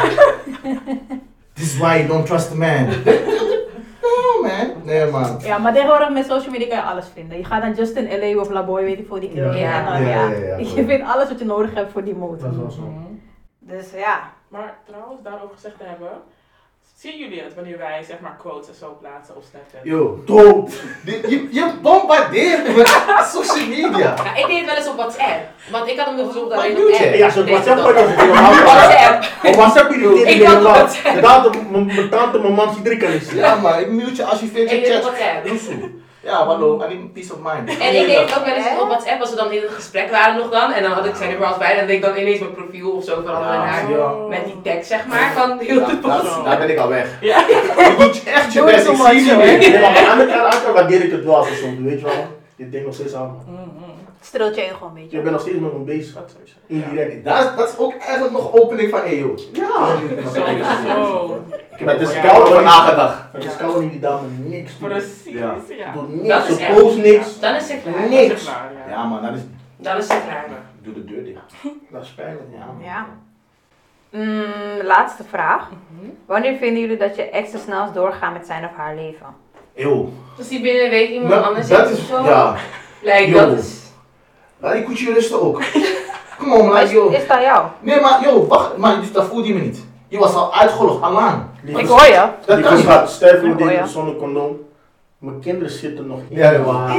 This is why you don't trust a man. No, man. Nee, man. Ja, maar tegenwoordig met social media kan je alles vinden. Je gaat dan Justin LA of Laboy, weet ik voor die keer. Ja. En dan, Ja. je vindt alles wat je nodig hebt voor die motor. Dat is wel zo. Dus ja. Maar trouwens, daarover gezegd te hebben, zien jullie het wanneer wij zeg maar quotes en zo plaatsen op Snapchat? Yo, Dood! je bombardeert me met social media. Ja, ik deed het wel eens op WhatsApp. Want ik had hem verzocht Wat alleen doe op je? app. Ja, zo'n Deed WhatsApp ik kan dat. je helemaal niet. WhatsApp. Op WhatsApp irriteert Ik me had helemaal. WhatsApp. Mijn tante, mijn man, iedereen kan niet zien. Ja, maar ik mute je als je vindt Ik je deed het chat. op WhatsApp. Roesoe. Ja, hallo, I need peace of mind. En ik deed het ook wel eens op WhatsApp als we dan in het gesprek waren nog dan. En dan had ik zijn nummer als bij en dan deed ik dan ineens mijn profiel of zo veranderen Ja, naar. ja. Met die tekst zeg maar van heel de post. Daar ben ik al weg. Ja. Je doet echt je Doe best, het ik zo zie je much, niet. Nee, maar aan de kant waardeer ik het wel als ik zo doe, weet je wel. Dit ding nog steeds aan. Streelt je ego een beetje. Je bent nog steeds met me bezig. Dat sowieso. Indirect. Dat is ook eigenlijk nog opening van EO. Ja. Zo. Het is Ja. koud Over vandaag. nagedacht. Het is koud wanneer die dame niks doet. Precies, Ja. ja. Doet Dat niks, is ze echt- post niks. Dan is het klaar. Niks. Dat is klaar, ja. Ja, man, Dan is het klaar. doe de deur dicht. Dat is pijnlijk. Ja, man. Ja. Laatste vraag. Wanneer vinden jullie dat je ex het snelst doorgaat met zijn of haar leven? Eeuw. Dus die binnen een week iemand Nou, anders dat heeft is, of zo. ja. Like, Yo. dat is... Laat die koetje rusten ook. Kom on, like, Is, yo. is dat jou? Nee, maar, yo, wacht. Maar dus dat voelde je me niet. Je was al uitgelogd, allang. Ik hoor je. Dat Ik kan niet. gaat sterven Oh, met dit ja. zonder condoom. Mijn kinderen zitten nog in. Ja, ja. Wauw.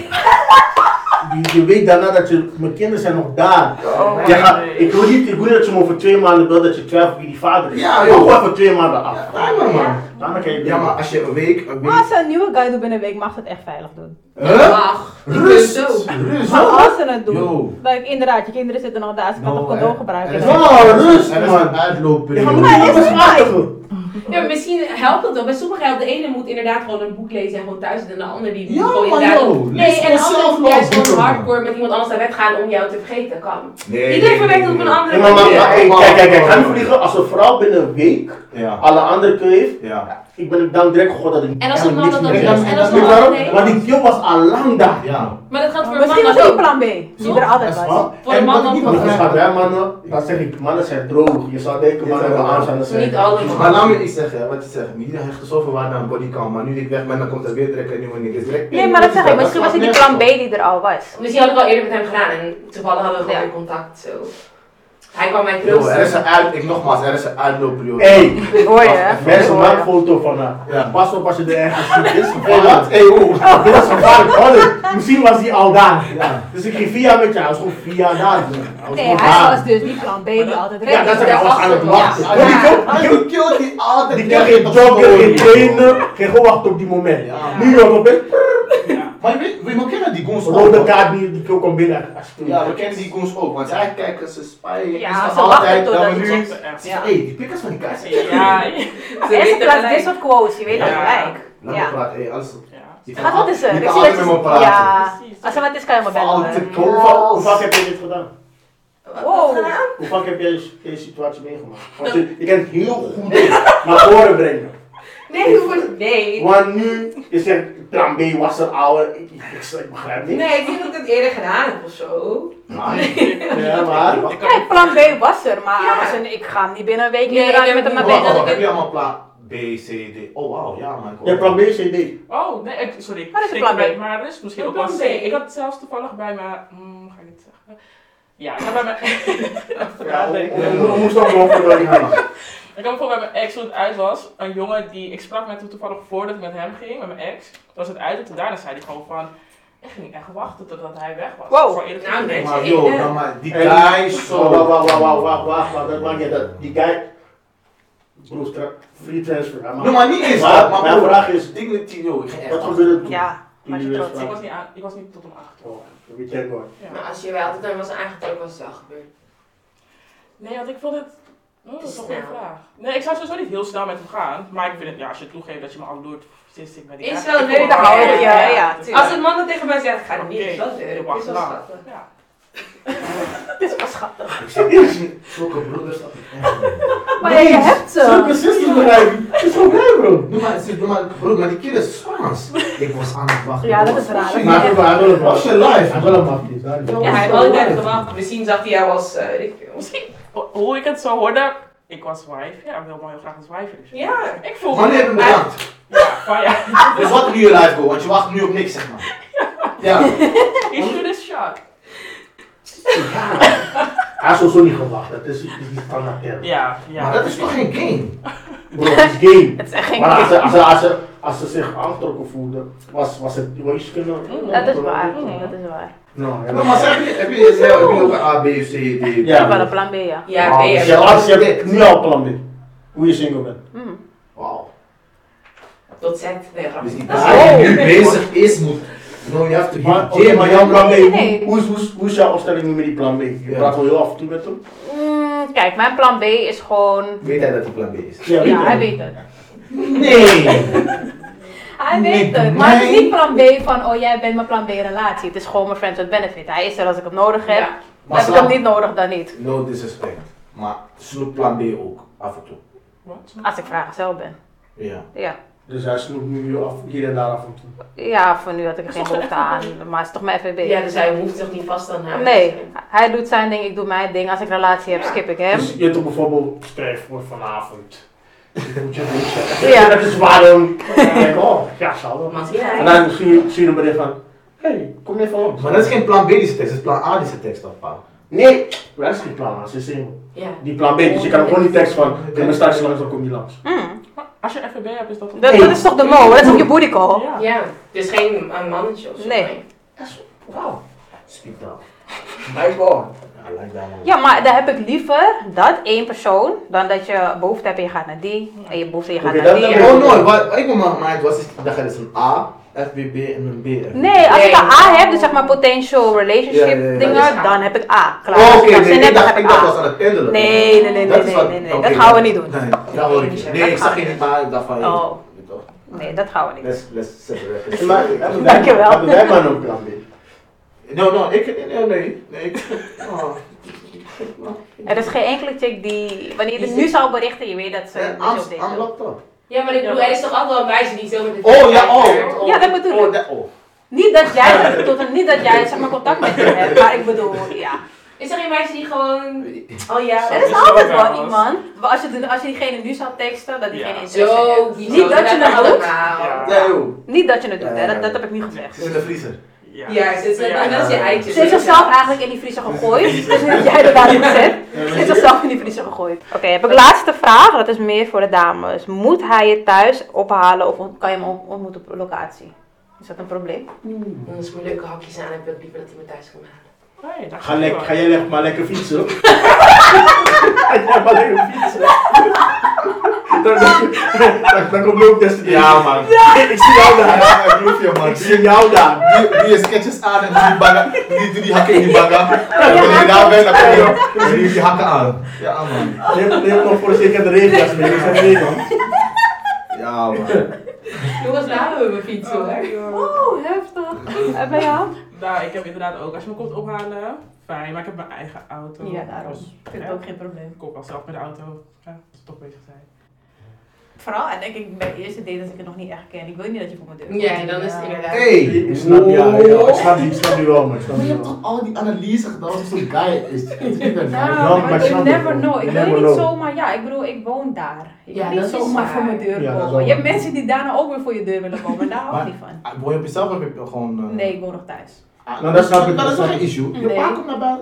Je weet daarna dat mijn kinderen zijn nog daar. Oh, Je gaat, ik wil niet dat je me over 2 maanden belt dat je twijfelt wie die vader is. Ja, Wacht joh. wel even 2 maanden af. Ja, man. Daarna kan je Ja, maar als je een week... Maar als ze een nieuwe guy doet binnen een week, mag ze het echt veilig doen. Huh? Mag. Rust! Zo. Rust! Maar als ze het doen, Yo. like, inderdaad, je kinderen zitten nog daar, ze kan No, toch condoom hè. gebruiken. Er is- Ja, rust, Er is man. een uitloopperiode. Je gaat me Maar niet is het beschatten. Ja, maar misschien helpt het wel. Bij sommigen helpt de ene moet inderdaad gewoon een boek lezen en gewoon thuis zitten. En de ander die Ja, moet gewoon maar inderdaad... joh, Nee, lees en de gewoon andere zelf moet juist boeken, gewoon man. hardcore met iemand anders naar bed gaan om jou te vergeten. Kan. Nee, Iedereen verwerkt het op een andere Ja, maar, manier. kijk, ga niet vliegen. Als een vrouw binnen een week Ja. alle andere keer heeft, Ja. ik ben dan direct gegooid dat ik En als een man dat dan niks niet meer is, heb. en als een Weet je man waarom? dat nee. Maar die kill was al lang daar. Ja. Maar dat gaat voor een Misschien man was ook. die plan B, die er altijd was. Voor een man dan niet toch. Dat begrijp- gaat bij mannen, dan zeg ik, mannen zijn droog. Je zou denken, mannen hebben aanstaan. Niet alle Maar mannen. laat me iets zeggen, wat je zegt. Iedereen hecht zoveel waarde aan bodycount, maar nu ik weg ben, dan komt er weer direct een nieuwe niggas. Direct- Nee, maar dat zeg ik, misschien was het die plan B die er al was. Misschien had ik al eerder met hem gedaan en toevallig hadden we gewoon Ja. weer contact. Zo. Hij kwam mij Yo, er is troosten. er is een uitloopperiode. Hey, Ik hoor je, hè? mensen Ik hoor je. maak een foto van haar. Ja. Pas op als je er ergens ziet. Dit is Hey, gevaarlijk. wat? Hey, hoe? Dit is gevaarlijk. Oh, misschien was hij al daar. Ja. Dus ik ging 4 jaar met jou, hij was gewoon 4 jaar daar. Hij was Nee, gewoon hij daar. was dus die plan B die altijd Ja, ready dat was. is hij was aan het wachten. Ja, Maar die kill- die kill die altijd. Die kan geen joggen, geen trainen, geen gewoon wachten op die moment. Ja. Nu joh, op het Maar je weet, we kennen die goons ook. rode hoor. kaart die kill komt binnen. Ja, we kennen die goons ook, want zij kijken, ze spyen. Ja, is ze nog wachten totdat dan we die nu. checks- Ja. Hey, die pikkers van die kaas. Ja. Eerst plaats dit soort quotes, je weet dat Ja. gelijk. Laat me Ja. praten, hey, alles. Ja. Je Gaat wat is er? Je Ik kan zie altijd dat met me je... praten. Ja, Precies. als er wat is kan je me Foute bellen. Hoe vaak heb je dit gedaan? Wow. Hoe vaak heb jij deze situatie meegemaakt? Want je kent heel goed naar voren brengen. Nee. Want nu, je zegt plan B was er oude, ik begrijp niet. Nee, ik denk dat ik het eerder gedaan heb of zo. Ja, maar. Kijk, plan B was er, maar Ja. was een, ik ga hem niet binnen een week Nee, inderdaad ik met heb hem naar niet- bed. dat Wacht, ik heb je allemaal plan B, C, D? Oh wauw, ja man. Je hebt plan B, C, D. Oh, nee, sorry. Wat is Zeker plan B? bij- Maar er is misschien ook wel Plan C. B. Ik had zelfs toevallig bij me... ga ik niet zeggen. Ja, ik had bij me... Ja, nee. we moesten ook gewoon voor gaan. Ik kan bijvoorbeeld bij mijn ex hoe het uit was. Een jongen die, ik sprak met hem toevallig voordat ik met hem ging, met mijn ex. Toen was het uit en toen daarna zei hij gewoon van, ik ging echt wachten totdat hij weg was. Wow. Gewoon eerlijk Nou, gezegd. nee. Maar joh, nou, maar die guy is zo... Wacht, dat maakt niet dat. Die guy... Broer, free transfer. No, maar niet eens Maar dat, maar mijn bro, vraag is, dignity, joh, ik ging echt wat wachten. gebeurde toen? Ja, Toen was je jullie trots. wist van- Ik was niet tot om 8. Oh, we checken hoor. Ja. Maar als je wel altijd aan was aangetrokken, was het wel gebeurd. Nee, want ik vond het... Oh, dat is toch een Snel. vraag. Nee, ik zou sowieso niet heel snel met hem gaan. Maar ik vind het, ja, als je toegeeft dat je me al doet sinds ik met die Is guy- wel ik leuk, vond daar het hou wel ik, leuk. ja, het is Als leuk. een man dat tegen mij zegt, ga er niet, Oké, is wel leuk. ik wacht Is wel lang. schattig. Ja. Het is wel schattig. Ik zeg eerlijk, zulke broeders dat ik echt niet. Maar je hebt Zulke ze. sisters begrijpen. Het is gewoon mij, bro. Noem maar, broer, maar die kind is Spaans. Ik was aan het wachten. Ja, dat is raar. Maar hij wil het Was je wel. live? Hij wil hem afkies. Ja, hij heeft altijd gewacht. Misschien zag hij jou als, weet ik veel. Misschien, hoe ik het zo hoorde, ik was wife. Ja, ik wil me heel graag als wife. Dus. Ja. Ik voel Wanneer heb je hem bedankt? Ja, van ja. Dus wat nu je live go? Want je wacht nu op niks, zeg maar. Ja. He shoot his shot. Hij heeft sowieso niet gewacht. Het is niet standaard term. Ja, ja. Maar dat is toch geen game? Bro, het is game. Het is echt geen Maar kind. als ze zich aangetrokken voelden, was het iets kunnen. Dat is waar. Dat is waar. No, Ja, maar heb je ook een A, B, C, D? Ik Ja. heb wel een plan B, ja. Ja, Wow, ben Dus je. je hebt nu al plan B. Hoe je single bent. Wauw. Tot Z. Nee, Dus grapje. die Dat is guy wel- die nu bezig is, moet... No, you have to Maar, give oké, maar jouw plan B, Nee. hoe is jouw opstelling nu met die plan B? Je Ja. praat wel heel af en toe met hem. Kijk, mijn plan B is gewoon... Weet hij dat die plan B is? Ja, Ja, hij weet het. Nee! Hij Nee, weet het. Maar het is nee. niet plan B van, oh jij bent mijn plan B relatie. Het is gewoon mijn friends with benefit. Hij is er als ik hem nodig heb. Ja. Maar Heb ik hem niet nodig, dan niet. No disrespect. Maar snoep plan B ook, af en toe. Wat? Als ik vrijgezel ben. Ja. Ja. Dus hij snoept nu af, hier en daar af en toe. Ja, voor nu had ik er Dat geen is toch behoefte aan. Maar het is toch mijn FVB? Ja, dus hij hoeft zich niet vast aan haar. Nee, hij doet zijn ding, ik doe mijn ding. Als ik een relatie heb, skip ik hem. Dus je hebt toch bijvoorbeeld, stel je voor vanavond. Moet je doen, Ja. dat is waarom. Ik denk, oh, ja, zal wel. Man, zie En jij? dan zie je een bericht van, hey, kom even langs. Maar dat is geen plan B die ze tekst, dat is plan A die ze tekst opbouwt. Nee, dat is geen plan A, ze is single. Ja. Die plan B, dus je kan gewoon niet tekst van, ik ben straks langs, dan kom je langs. Maar als je FVB hebt, is dat toch... Dat is toch de mo, dat is op je booty call. Ja. Ja, het is geen een mannetje of zo. Nee. Wauw. Speak down. My god. I like that one. Ja, maar dan heb ik liever dat één persoon, dan dat je behoefte hebt en je gaat naar die, en je behoefte en je gaat Oké, naar dat- die. dat- Oh no, wat ik me mind was, is dat er is een A, FBB en een B. FBB. Nee, als ik een Nee. A heb, dus zeg maar potential relationship Ja, ja, ja. dingen, Dat is A. dan heb ik A. Klaar. Oh, Als oké, ik naar nee, zin heb, dan heb ik ik dacht was A. aan het pendelen. Nee, nee, nee, Dat nee, is wat- nee, nee. oké, Dat gaan we niet doen. Nee, dat hoor ik niet. Nee, ik zag je niet, maar ik dacht van, Oh. weet toch. Nee, dat gaan we niet. Let's separate. Maar Dankjewel. hebben wij maar een plan B? No, nee, ik... Oh. Er is geen enkele chick die, wanneer je het nu zou berichten, je weet dat ze met je op date wil. Unlocked up. Ja, maar ik bedoel, er is toch altijd wel een meisje die zo met de Oh ja, werkt. Ja, dat bedoel ik. Niet dat jij, niet dat jij zeg maar contact met hem hebt, maar ik bedoel, ja. Is er geen meisje die gewoon... Oh ja. Er is is altijd wel wel wel iemand, maar als je diegene nu zou teksten, dat diegene Ja. interesse Zo, heeft. die Niet dat je het doet. Ja. Ja, joh. Niet dat je het doet, Ja, hè. ja, Dat ja. heb ik nu Het gezegd. is in de vriezer. Ja, ze zit net als je eitjes. Ze heeft zichzelf eigenlijk in die vriezer gegooid, dus nu dat jij er daarin zit, ze heeft zichzelf in die vriezer gegooid. Oké, heb ik laatste vraag, dat is meer voor de dames. Moet hij je thuis ophalen of kan je hem ontmoeten op locatie? Is dat een probleem? Als ik mijn leuke hakjes aan heb, wil ik liever dat hij me thuis komt halen. Nee, dat Ga jij maar lekker fietsen? Ga jij maar lekker fietsen? Dan komt ook des te dingen. Ja, man. Ik zie jou daar. Ja, ik geloof je, man. Ik zie jou daar. Doe je sketches aan en doe die hakken in die bagger. En wanneer je daar bent, dan doe je die hakken aan. Ja, man. Je hebt nog voor de zeker de regenjas mee. Ik zeg nee, man. Ja, man. Jongens, daar hebben we mijn fiets hoor. Oh, heftig. En bij jou? Nou, ik heb inderdaad ook, als je me komt ophalen, fijn, maar ik heb mijn eigen auto. Ja, daarom. Dus, Ik vind het ook geen probleem. ik kom wel zelf met de auto, ja, als we toch bezig zijn. Vooral, en denk ik bij de eerste date als ik het nog niet echt ken. Ik wil niet dat je voor me deur Ja, dan is het inderdaad. Hey! Ik snap ja, ik snap die wel, maar ik snap Maar je die hebt wel. toch al die analyse gedaan als zo'n guy is. Het is niet een Ja, guy. Ja, maar maar you snap never ik. know. You Ik wil never niet know. zomaar, ja, ik bedoel, ik woon daar. Ik Ja, wil niet dat is zomaar waar. voor mijn deur Ja, dat is komen. wel Je hebt waar. mensen die daarna ook weer voor je deur willen komen. En daar hou ik Maar- niet van. Woon je op jezelf of heb je gewoon... Nee, ik woon nog thuis. Nou, dat snap ik, Dat is dat toch geen snap issue? Je Nee. pa komt naar buiten.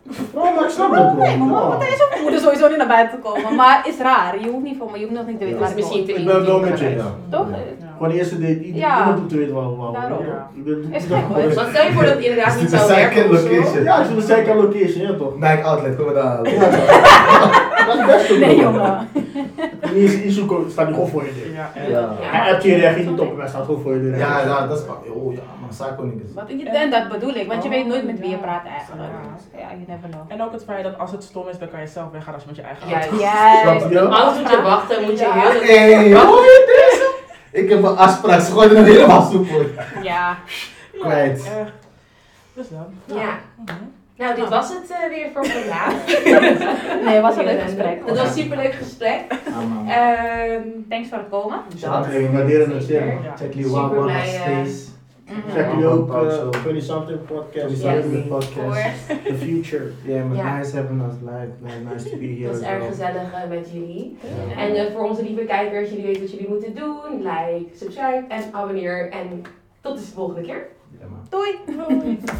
Oh, maar ik snap het bro. Nee, maar meteen is ook moeder sowieso niet naar buiten te komen. Maar is raar. Je hoeft niet voor me, je hoeft nog niet te weten Dat waar is ik misschien woon. te Ik ben wel met je, intiem ja. geweest. Toch? Gewoon de eerste date, iedereen moet weten waar. Daarom. Is gek, hoor. Want stel je voor dat het inderdaad Is niet dit zou een werken second of zo. location? Ja, het is een second location, ja toch? Nike Outlet, kom maar daar. Dat is het beste bro. Nee jongen. Niet eens iets zoeken, staat hij gewoon voor je deur. Ja, en Ja. Hij appt je, reageert niet op, maar hij staat gewoon voor je deur. Ja, dat is... Oh ja, man, psycho niggas. En dat bedoel ik, want je weet nooit met wie je praat eigenlijk. Ja, you never know. En ook het feit dat als het stom is, dan kan je zelf weggaan als je met je eigen Juist. auto. Juist. Snap je? Anders moet je wachten, moet je Ja. heel Hey, hoor je deze? Ik heb een afspraak, ze gooien er helemaal soepel. Ja. Kwijt. Echt. Dus dan. Ja. Mhm. Nou, dit was het weer voor vandaag. Nee, het was een leuk gesprek. Het was een superleuk gesprek. Thanks voor het komen. We waarderen het zeer. Ja. Check jullie Super Wagwan blij, Space. Check jullie ook Pauze. 20 something podcast. 20 Ja. something podcast. The future. Ja, maar Ja. nice having us live. Nice to be here. Het was as erg well. gezellig met jullie. Ja. En voor onze lieve kijkers, jullie weten wat jullie moeten doen. Like, subscribe en abonneer. En tot de volgende keer. Ja, man. Doei!